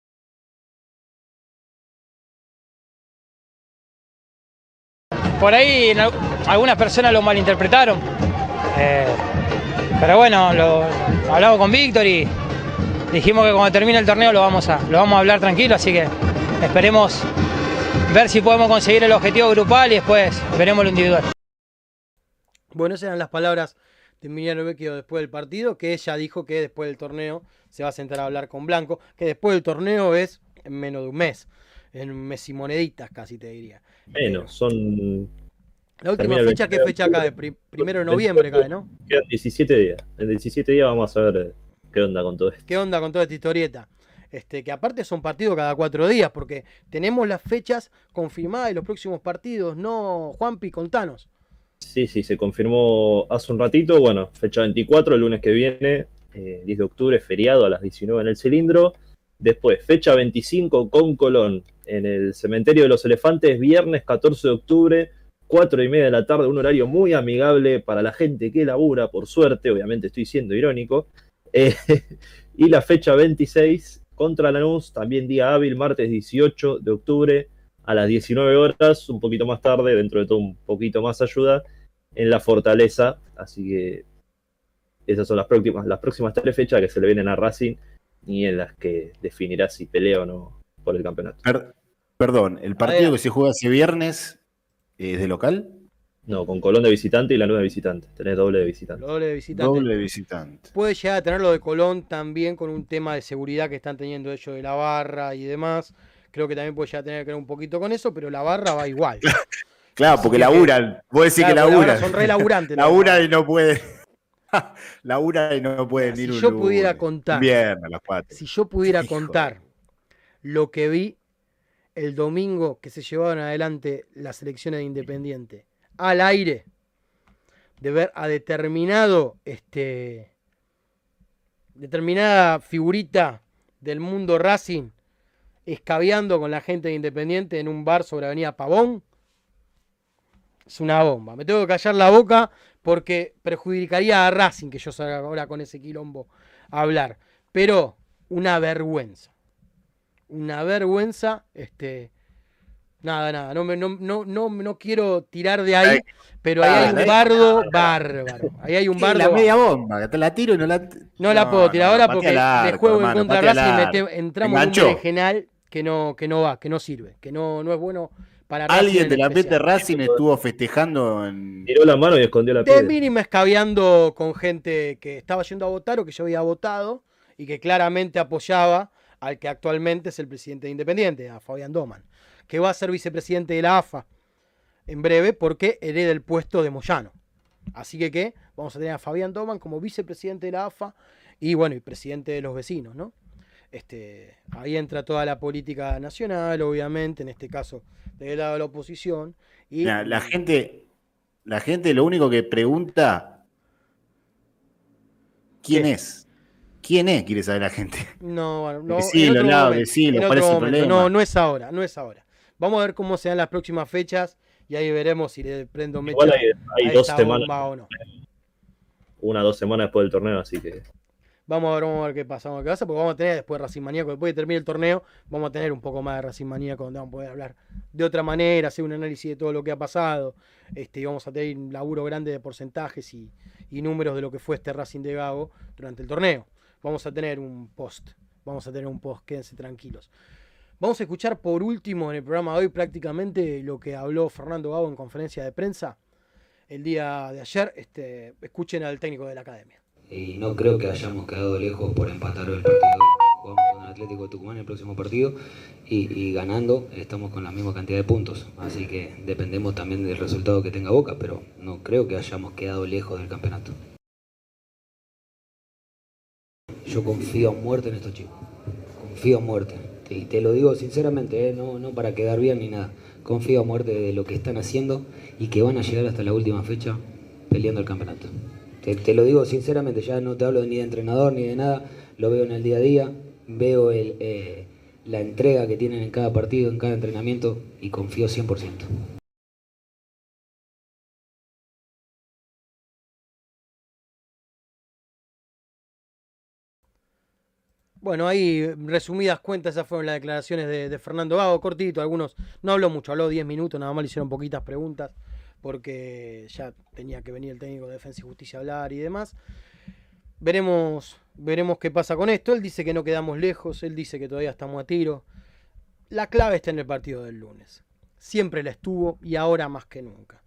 Por ahí algunas personas lo malinterpretaron, pero bueno, lo hablamos con Víctor y dijimos que cuando termine el torneo lo vamos a hablar tranquilo, así que esperemos ver si podemos conseguir el objetivo grupal y después veremos lo individual. Bueno, esas eran las palabras de Emiliano Vecchio después del partido, que ella dijo que después del torneo se va a sentar a hablar con Blanco, que después del torneo es en menos de un mes, en un mes y moneditas casi te diría. Menos, son... La última fecha, ¿qué fecha cae? Primero de noviembre cae, ¿no? Quedan 17 días. En 17 días vamos a ver qué onda con todo esto. ¿Qué onda con toda esta historieta? Que aparte son partidos cada 4 días, porque tenemos las fechas confirmadas de los próximos partidos, ¿no, Juanpi? Contanos. Sí, se confirmó hace un ratito. Bueno, fecha 24, el lunes que viene, 10 de octubre, feriado a las 19 en el Cilindro. Después, fecha 25 con Colón en el Cementerio de los Elefantes, viernes 14 de octubre, 4:30 de la tarde, un horario muy amigable para la gente que labura, por suerte, obviamente estoy siendo irónico. Y la fecha 26 contra Lanús, también día hábil, martes 18 de octubre, a las 19 horas, un poquito más tarde, dentro de todo un poquito más ayuda, en la Fortaleza. Así que esas son las próximas 3 fechas que se le vienen a Racing y en las que definirá si pelea o no por el campeonato. Perdón, ¿el partido que se juega ese viernes es de local? No, con Colón de visitante y Lanús de visitante. Tenés doble de visitante. Doble de visitante. Puede llegar a tener lo de Colón también con un tema de seguridad que están teniendo ellos de la barra y demás. Creo que también puede llegar a tener que ver un poquito con eso, pero la barra va igual. Claro, porque laburan. Vos decís que laburan. Son re laburantes. Laburan y no pueden. Laburan y no pueden ir un Si yo pudiera contar. Viernes a las 4. Si yo pudiera contar lo que vi el domingo que se llevaron adelante las elecciones de Independiente al aire, de ver a determinada figurita del mundo Racing escabeando con la gente de Independiente en un bar sobre Avenida Pavón, es una bomba. Me tengo que callar la boca porque perjudicaría a Racing que yo salga ahora con ese quilombo a hablar, pero una vergüenza. Nada, no quiero tirar de ahí, pero ahí hay un bardo bárbaro. Ahí hay un bardo. La media bomba, te la tiro y no la puedo tirar ahora porque le juego en contra de Racing y entramos en un berenjenal que no va, que no sirve, que no es bueno para Racing. Alguien de la mente Racing estuvo festejando tiró la mano y escondió la piedra. De mínima escabeando con gente que estaba yendo a votar o que yo había votado y que claramente apoyaba al que actualmente es el presidente de Independiente, a Fabián Doman, que va a ser vicepresidente de la AFA en breve porque hereda el puesto de Moyano. Así que vamos a tener a Fabián Doman como vicepresidente de la AFA y bueno, y presidente de los vecinos, ¿no? Ahí entra toda la política nacional, obviamente, en este caso del lado de la oposición. Y la gente lo único que pregunta, ¿quién es? ¿Quién es? Quiere saber la gente. No, ¿cuál es el problema? No es ahora. Vamos a ver cómo se dan las próximas fechas y ahí veremos si le prendo mecha hay 2 semanas o no. 1 o 2 semanas después del torneo, así que vamos a ver qué pasa, porque vamos a tener después Racing Maníaco, después de terminar el torneo, vamos a tener un poco más de Racing Maníaco donde vamos a poder hablar de otra manera, hacer un análisis de todo lo que ha pasado, y vamos a tener un laburo grande de porcentajes y números de lo que fue este Racing de Gago durante el torneo. Vamos a tener un post, quédense tranquilos. Vamos a escuchar por último en el programa de hoy prácticamente lo que habló Fernando Gago en conferencia de prensa el día de ayer. Escuchen al técnico de la academia. Y no creo que hayamos quedado lejos por empatar el partido de hoy. Jugamos con el Atlético de Tucumán el próximo partido y ganando estamos con la misma cantidad de puntos. Así que dependemos también del resultado que tenga Boca, pero no creo que hayamos quedado lejos del campeonato. yo confío a muerte en estos chicos. Confío a muerte. Y te lo digo sinceramente, no para quedar bien ni nada. Confío a muerte de lo que están haciendo y que van a llegar hasta la última fecha peleando el campeonato. Te lo digo sinceramente, ya no te hablo ni de entrenador ni de nada, lo veo en el día a día, veo la entrega que tienen en cada partido, en cada entrenamiento y confío 100%. Bueno, ahí resumidas cuentas, esas fueron las declaraciones de Fernando Gago, cortito, algunos, no habló mucho, habló 10 minutos, nada más le hicieron poquitas preguntas, porque ya tenía que venir el técnico de Defensa y Justicia a hablar y demás. Veremos qué pasa con esto. Él dice que no quedamos lejos, él dice que todavía estamos a tiro. La clave está en el partido del lunes. Siempre la estuvo y ahora más que nunca.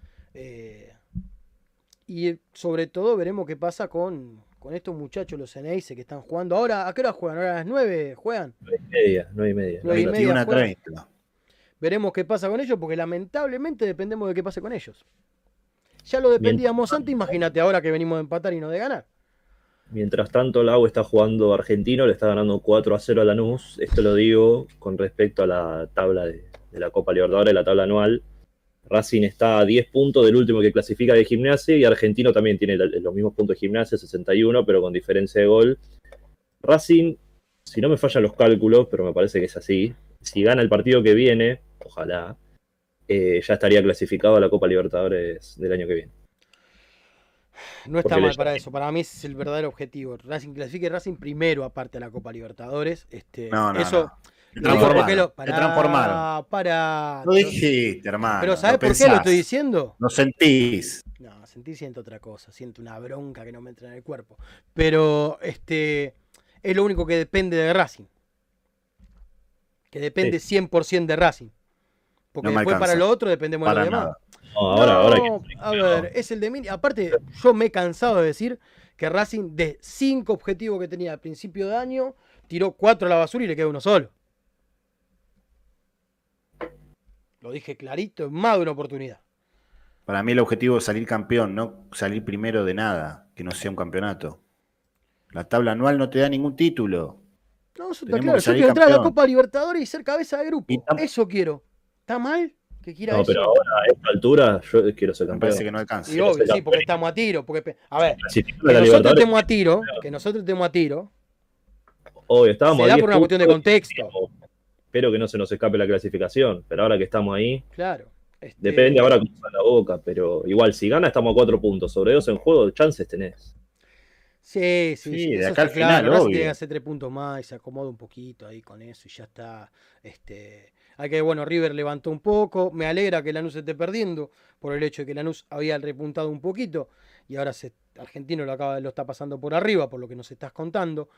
Y sobre todo veremos qué pasa con estos muchachos, los Ceneice, que están jugando. Ahora, ¿a qué hora juegan? ¿Ahora a las 9 juegan? 9:30. 21:30. Veremos qué pasa con ellos, porque lamentablemente dependemos de qué pase con ellos. Ya lo dependíamos antes, imagínate ahora que venimos de empatar y no de ganar. Mientras tanto, Lau está jugando Argentino, le está ganando 4-0 a Lanús. Esto lo digo con respecto a la tabla de la Copa Libertadores, la tabla anual. Racing está a 10 puntos del último que clasifica de Gimnasia y Argentino también tiene los mismos puntos de Gimnasia, 61, pero con diferencia de gol. Racing, si no me fallan los cálculos, pero me parece que es así, si gana el partido que viene, ojalá, ya estaría clasificado a la Copa Libertadores del año que viene. No está mal para eso, para mí ese es el verdadero objetivo. Racing clasifique Racing primero aparte de la Copa Libertadores. No. Eso, Te transformaron. Para. Lo dijiste, hermano. Pero ¿sabes por qué lo estoy diciendo? Lo sentís. No, siento otra cosa. Siento una bronca que no me entra en el cuerpo. Pero es lo único que depende de Racing. Que depende 100% de Racing. Porque después para lo otro dependemos de los demás. A ver, es el de mí. Aparte, yo me he cansado de decir que Racing, de 5 objetivos que tenía al principio de año, tiró 4 a la basura y le quedó uno solo. Lo dije clarito, en más de una oportunidad. Para mí el objetivo es salir campeón, no salir primero de nada, que no sea un campeonato. La tabla anual no te da ningún título. No, eso está claro. Yo quiero entrar a la Copa Libertadores y ser cabeza de grupo. Eso quiero. ¿Está mal que quiera eso? No, pero ahora a esta altura yo quiero ser campeón. Me parece que no alcanza. Y obvio, sí, porque estamos a tiro. Porque, a ver, nosotros estemos a tiro. Obvio, estábamos se da por una cuestión de contexto. Espero que no se nos escape la clasificación, pero ahora que estamos ahí, claro. Depende ahora cómo está la Boca, pero igual, si gana estamos a 4 puntos, sobre 2 en juego, chances tenés. Sí, de acá al claro, final, obvio. Tiene que hacer 3 puntos más y se acomoda un poquito ahí con eso y ya está. Hay que, bueno, River levantó un poco, me alegra que Lanús esté perdiendo por el hecho de que Lanús había repuntado un poquito y ahora Argentino lo está pasando por arriba, por lo que nos estás contando.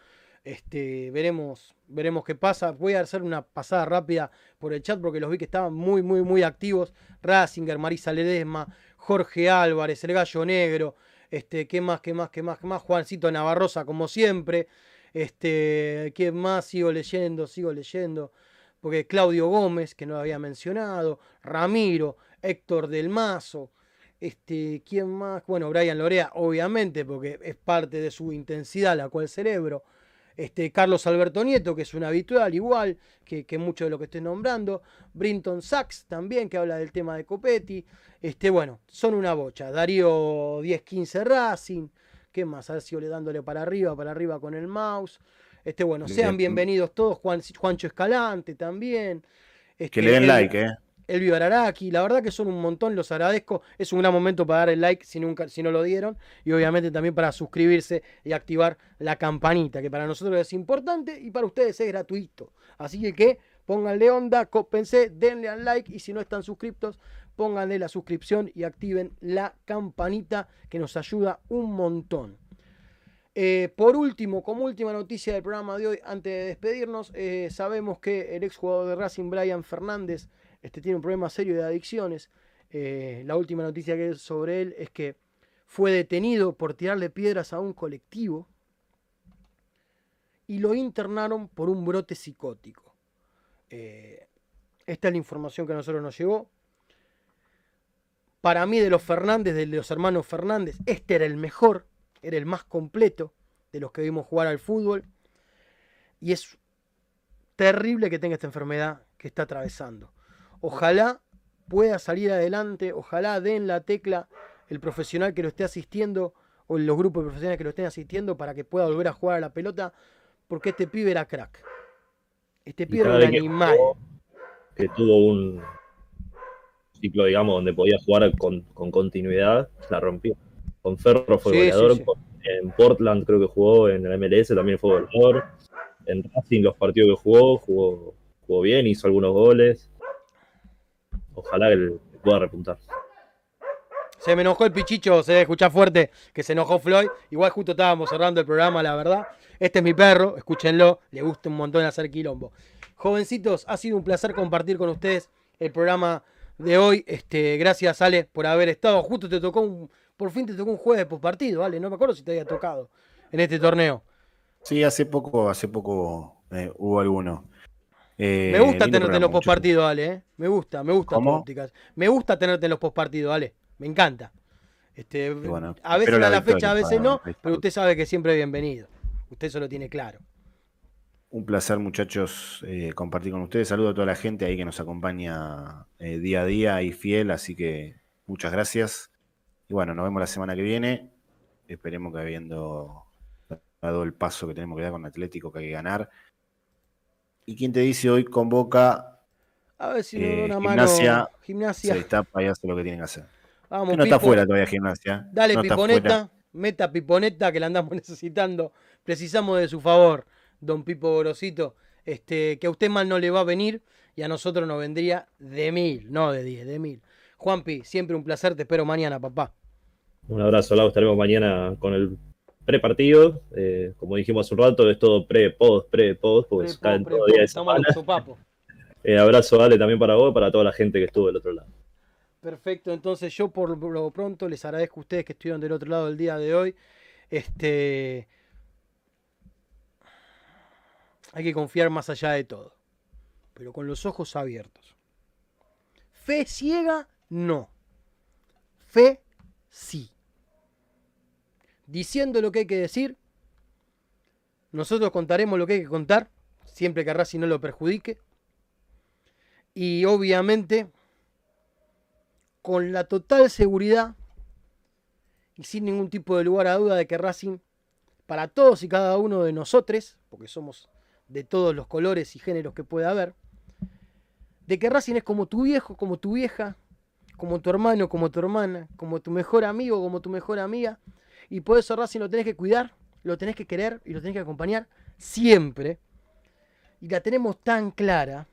Veremos qué pasa. Voy a hacer una pasada rápida por el chat porque los vi que estaban muy, muy, muy activos. Ratzinger, Marisa Ledesma, Jorge Álvarez, el Gallo Negro, ¿qué más? Juancito Navarroza, como siempre. ¿Quién más? Sigo leyendo. Porque Claudio Gómez, que no lo había mencionado, Ramiro, Héctor del Mazo. ¿Quién más? Bueno, Brian Lorea, obviamente, porque es parte de su intensidad, la cual celebro. Carlos Alberto Nieto, que es un habitual, igual que mucho de lo que estoy nombrando. Brinton Sachs también, que habla del tema de Copetti. Bueno, son una bocha. Darío 10-15 Racing. ¿Qué más? A ver si dándole para arriba con el mouse. Bueno, sean bienvenidos todos. Juancho Escalante también. Que le den like, Elvio Araraki, la verdad que son un montón, los agradezco. Es un gran momento para dar el like si no lo dieron. Y obviamente también para suscribirse y activar la campanita, que para nosotros es importante y para ustedes es gratuito. Así que pónganle onda, cópense, denle al like y si no están suscriptos, pónganle la suscripción y activen la campanita que nos ayuda un montón. Por último, como última noticia del programa de hoy, antes de despedirnos, sabemos que el exjugador de Racing, Brian Fernández, tiene un problema serio de adicciones. La última noticia que es sobre él es que fue detenido por tirarle piedras a un colectivo y lo internaron por un brote psicótico. Esta es la información que a nosotros nos llegó. Para mí, de los hermanos Fernández, este era el mejor, era el más completo, de los que vimos jugar al fútbol. Y es terrible que tenga esta enfermedad que está atravesando. Ojalá pueda salir adelante, ojalá den la tecla el profesional que lo esté asistiendo o los grupos de profesionales que lo estén asistiendo para que pueda volver a jugar a la pelota, porque este pibe era crack. Este pibe era un animal. Que tuvo un ciclo, digamos, donde podía jugar con continuidad, la rompió. Con Ferro fue goleador, sí. En Portland creo que jugó, en el MLS también fue goleador. En Racing los partidos que jugó bien, hizo algunos goles. Ojalá que pueda repuntar. Se me enojó el Pichicho, se debe escuchar fuerte que se enojó Floyd. Igual justo estábamos cerrando el programa, la verdad. Este es mi perro, escúchenlo, le gusta un montón hacer quilombo. Jovencitos, ha sido un placer compartir con ustedes el programa de hoy. Gracias, Ale, por haber estado. Justo por fin te tocó un jueves post partido, Ale. No me acuerdo si te había tocado en este torneo. Sí, hace poco hubo alguno. Me gusta tenerte en los post partidos, Ale. Me gusta tu óptica. Me gusta tenerte en los post partidos, Ale. Me encanta. Bueno, a veces a la fecha, a veces no, pero usted sabe que siempre es bienvenido. Usted eso lo tiene claro. Un placer, muchachos, compartir con ustedes. Saludo a toda la gente ahí que nos acompaña día a día y fiel, así que muchas gracias. Y bueno, nos vemos la semana que viene. Esperemos que habiendo dado el paso que tenemos que dar con Atlético, que hay que ganar. ¿Y quién te dice hoy convoca? A ver si una Gimnasia, mano. Gimnasia. Se destapa y hace lo que tienen que hacer. Vamos, que no Pipo. está fuera todavía Gimnasia. Dale, no Piponeta. Meta Piponeta, que la andamos necesitando. Precisamos de su favor, don Pipo Gorosito. Que a usted mal no le va a venir y a nosotros nos vendría de 1000, no de 10, de 1000. Juanpi, siempre un placer. Te espero mañana, papá. Un abrazo, Lau. Estaremos mañana con el prepartido. Como dijimos hace un rato, es todo pre-post, porque caen todo día de semana. Abrazo, Ale, también para vos y para toda la gente que estuvo del otro lado. Perfecto, entonces yo por lo pronto les agradezco a ustedes que estuvieron del otro lado el día de hoy. Hay que confiar más allá de todo, pero con los ojos abiertos. Fe ciega, no. Fe, sí. Diciendo lo que hay que decir, nosotros contaremos lo que hay que contar, siempre que a Racing no lo perjudique. Y obviamente, con la total seguridad y sin ningún tipo de lugar a duda de que Racing, para todos y cada uno de nosotros, porque somos de todos los colores y géneros que pueda haber, de que Racing es como tu viejo, como tu vieja, como tu hermano, como tu hermana, como tu mejor amigo, como tu mejor amiga, y por eso Racing lo tenés que cuidar, lo tenés que querer y lo tenés que acompañar siempre, y la tenemos tan clara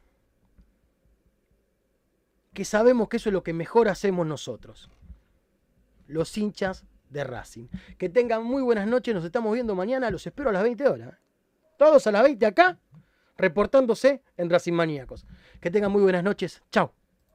que sabemos que eso es lo que mejor hacemos nosotros, los hinchas de Racing. Que tengan muy buenas noches, nos estamos viendo mañana, los espero a las 20 horas. Todos a las 20 acá, reportándose en Racing Maníacos. Que tengan muy buenas noches, chao.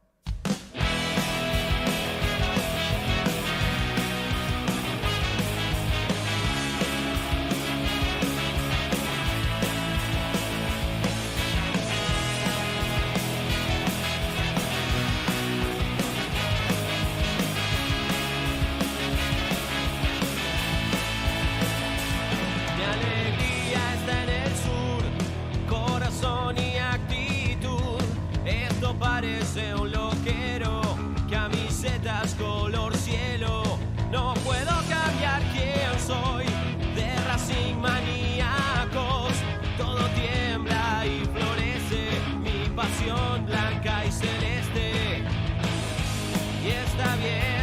Parece un loquero, camisetas color cielo. No puedo cambiar quién soy, de Racing Maníacos. Todo tiembla y florece, mi pasión blanca y celeste. Y está bien.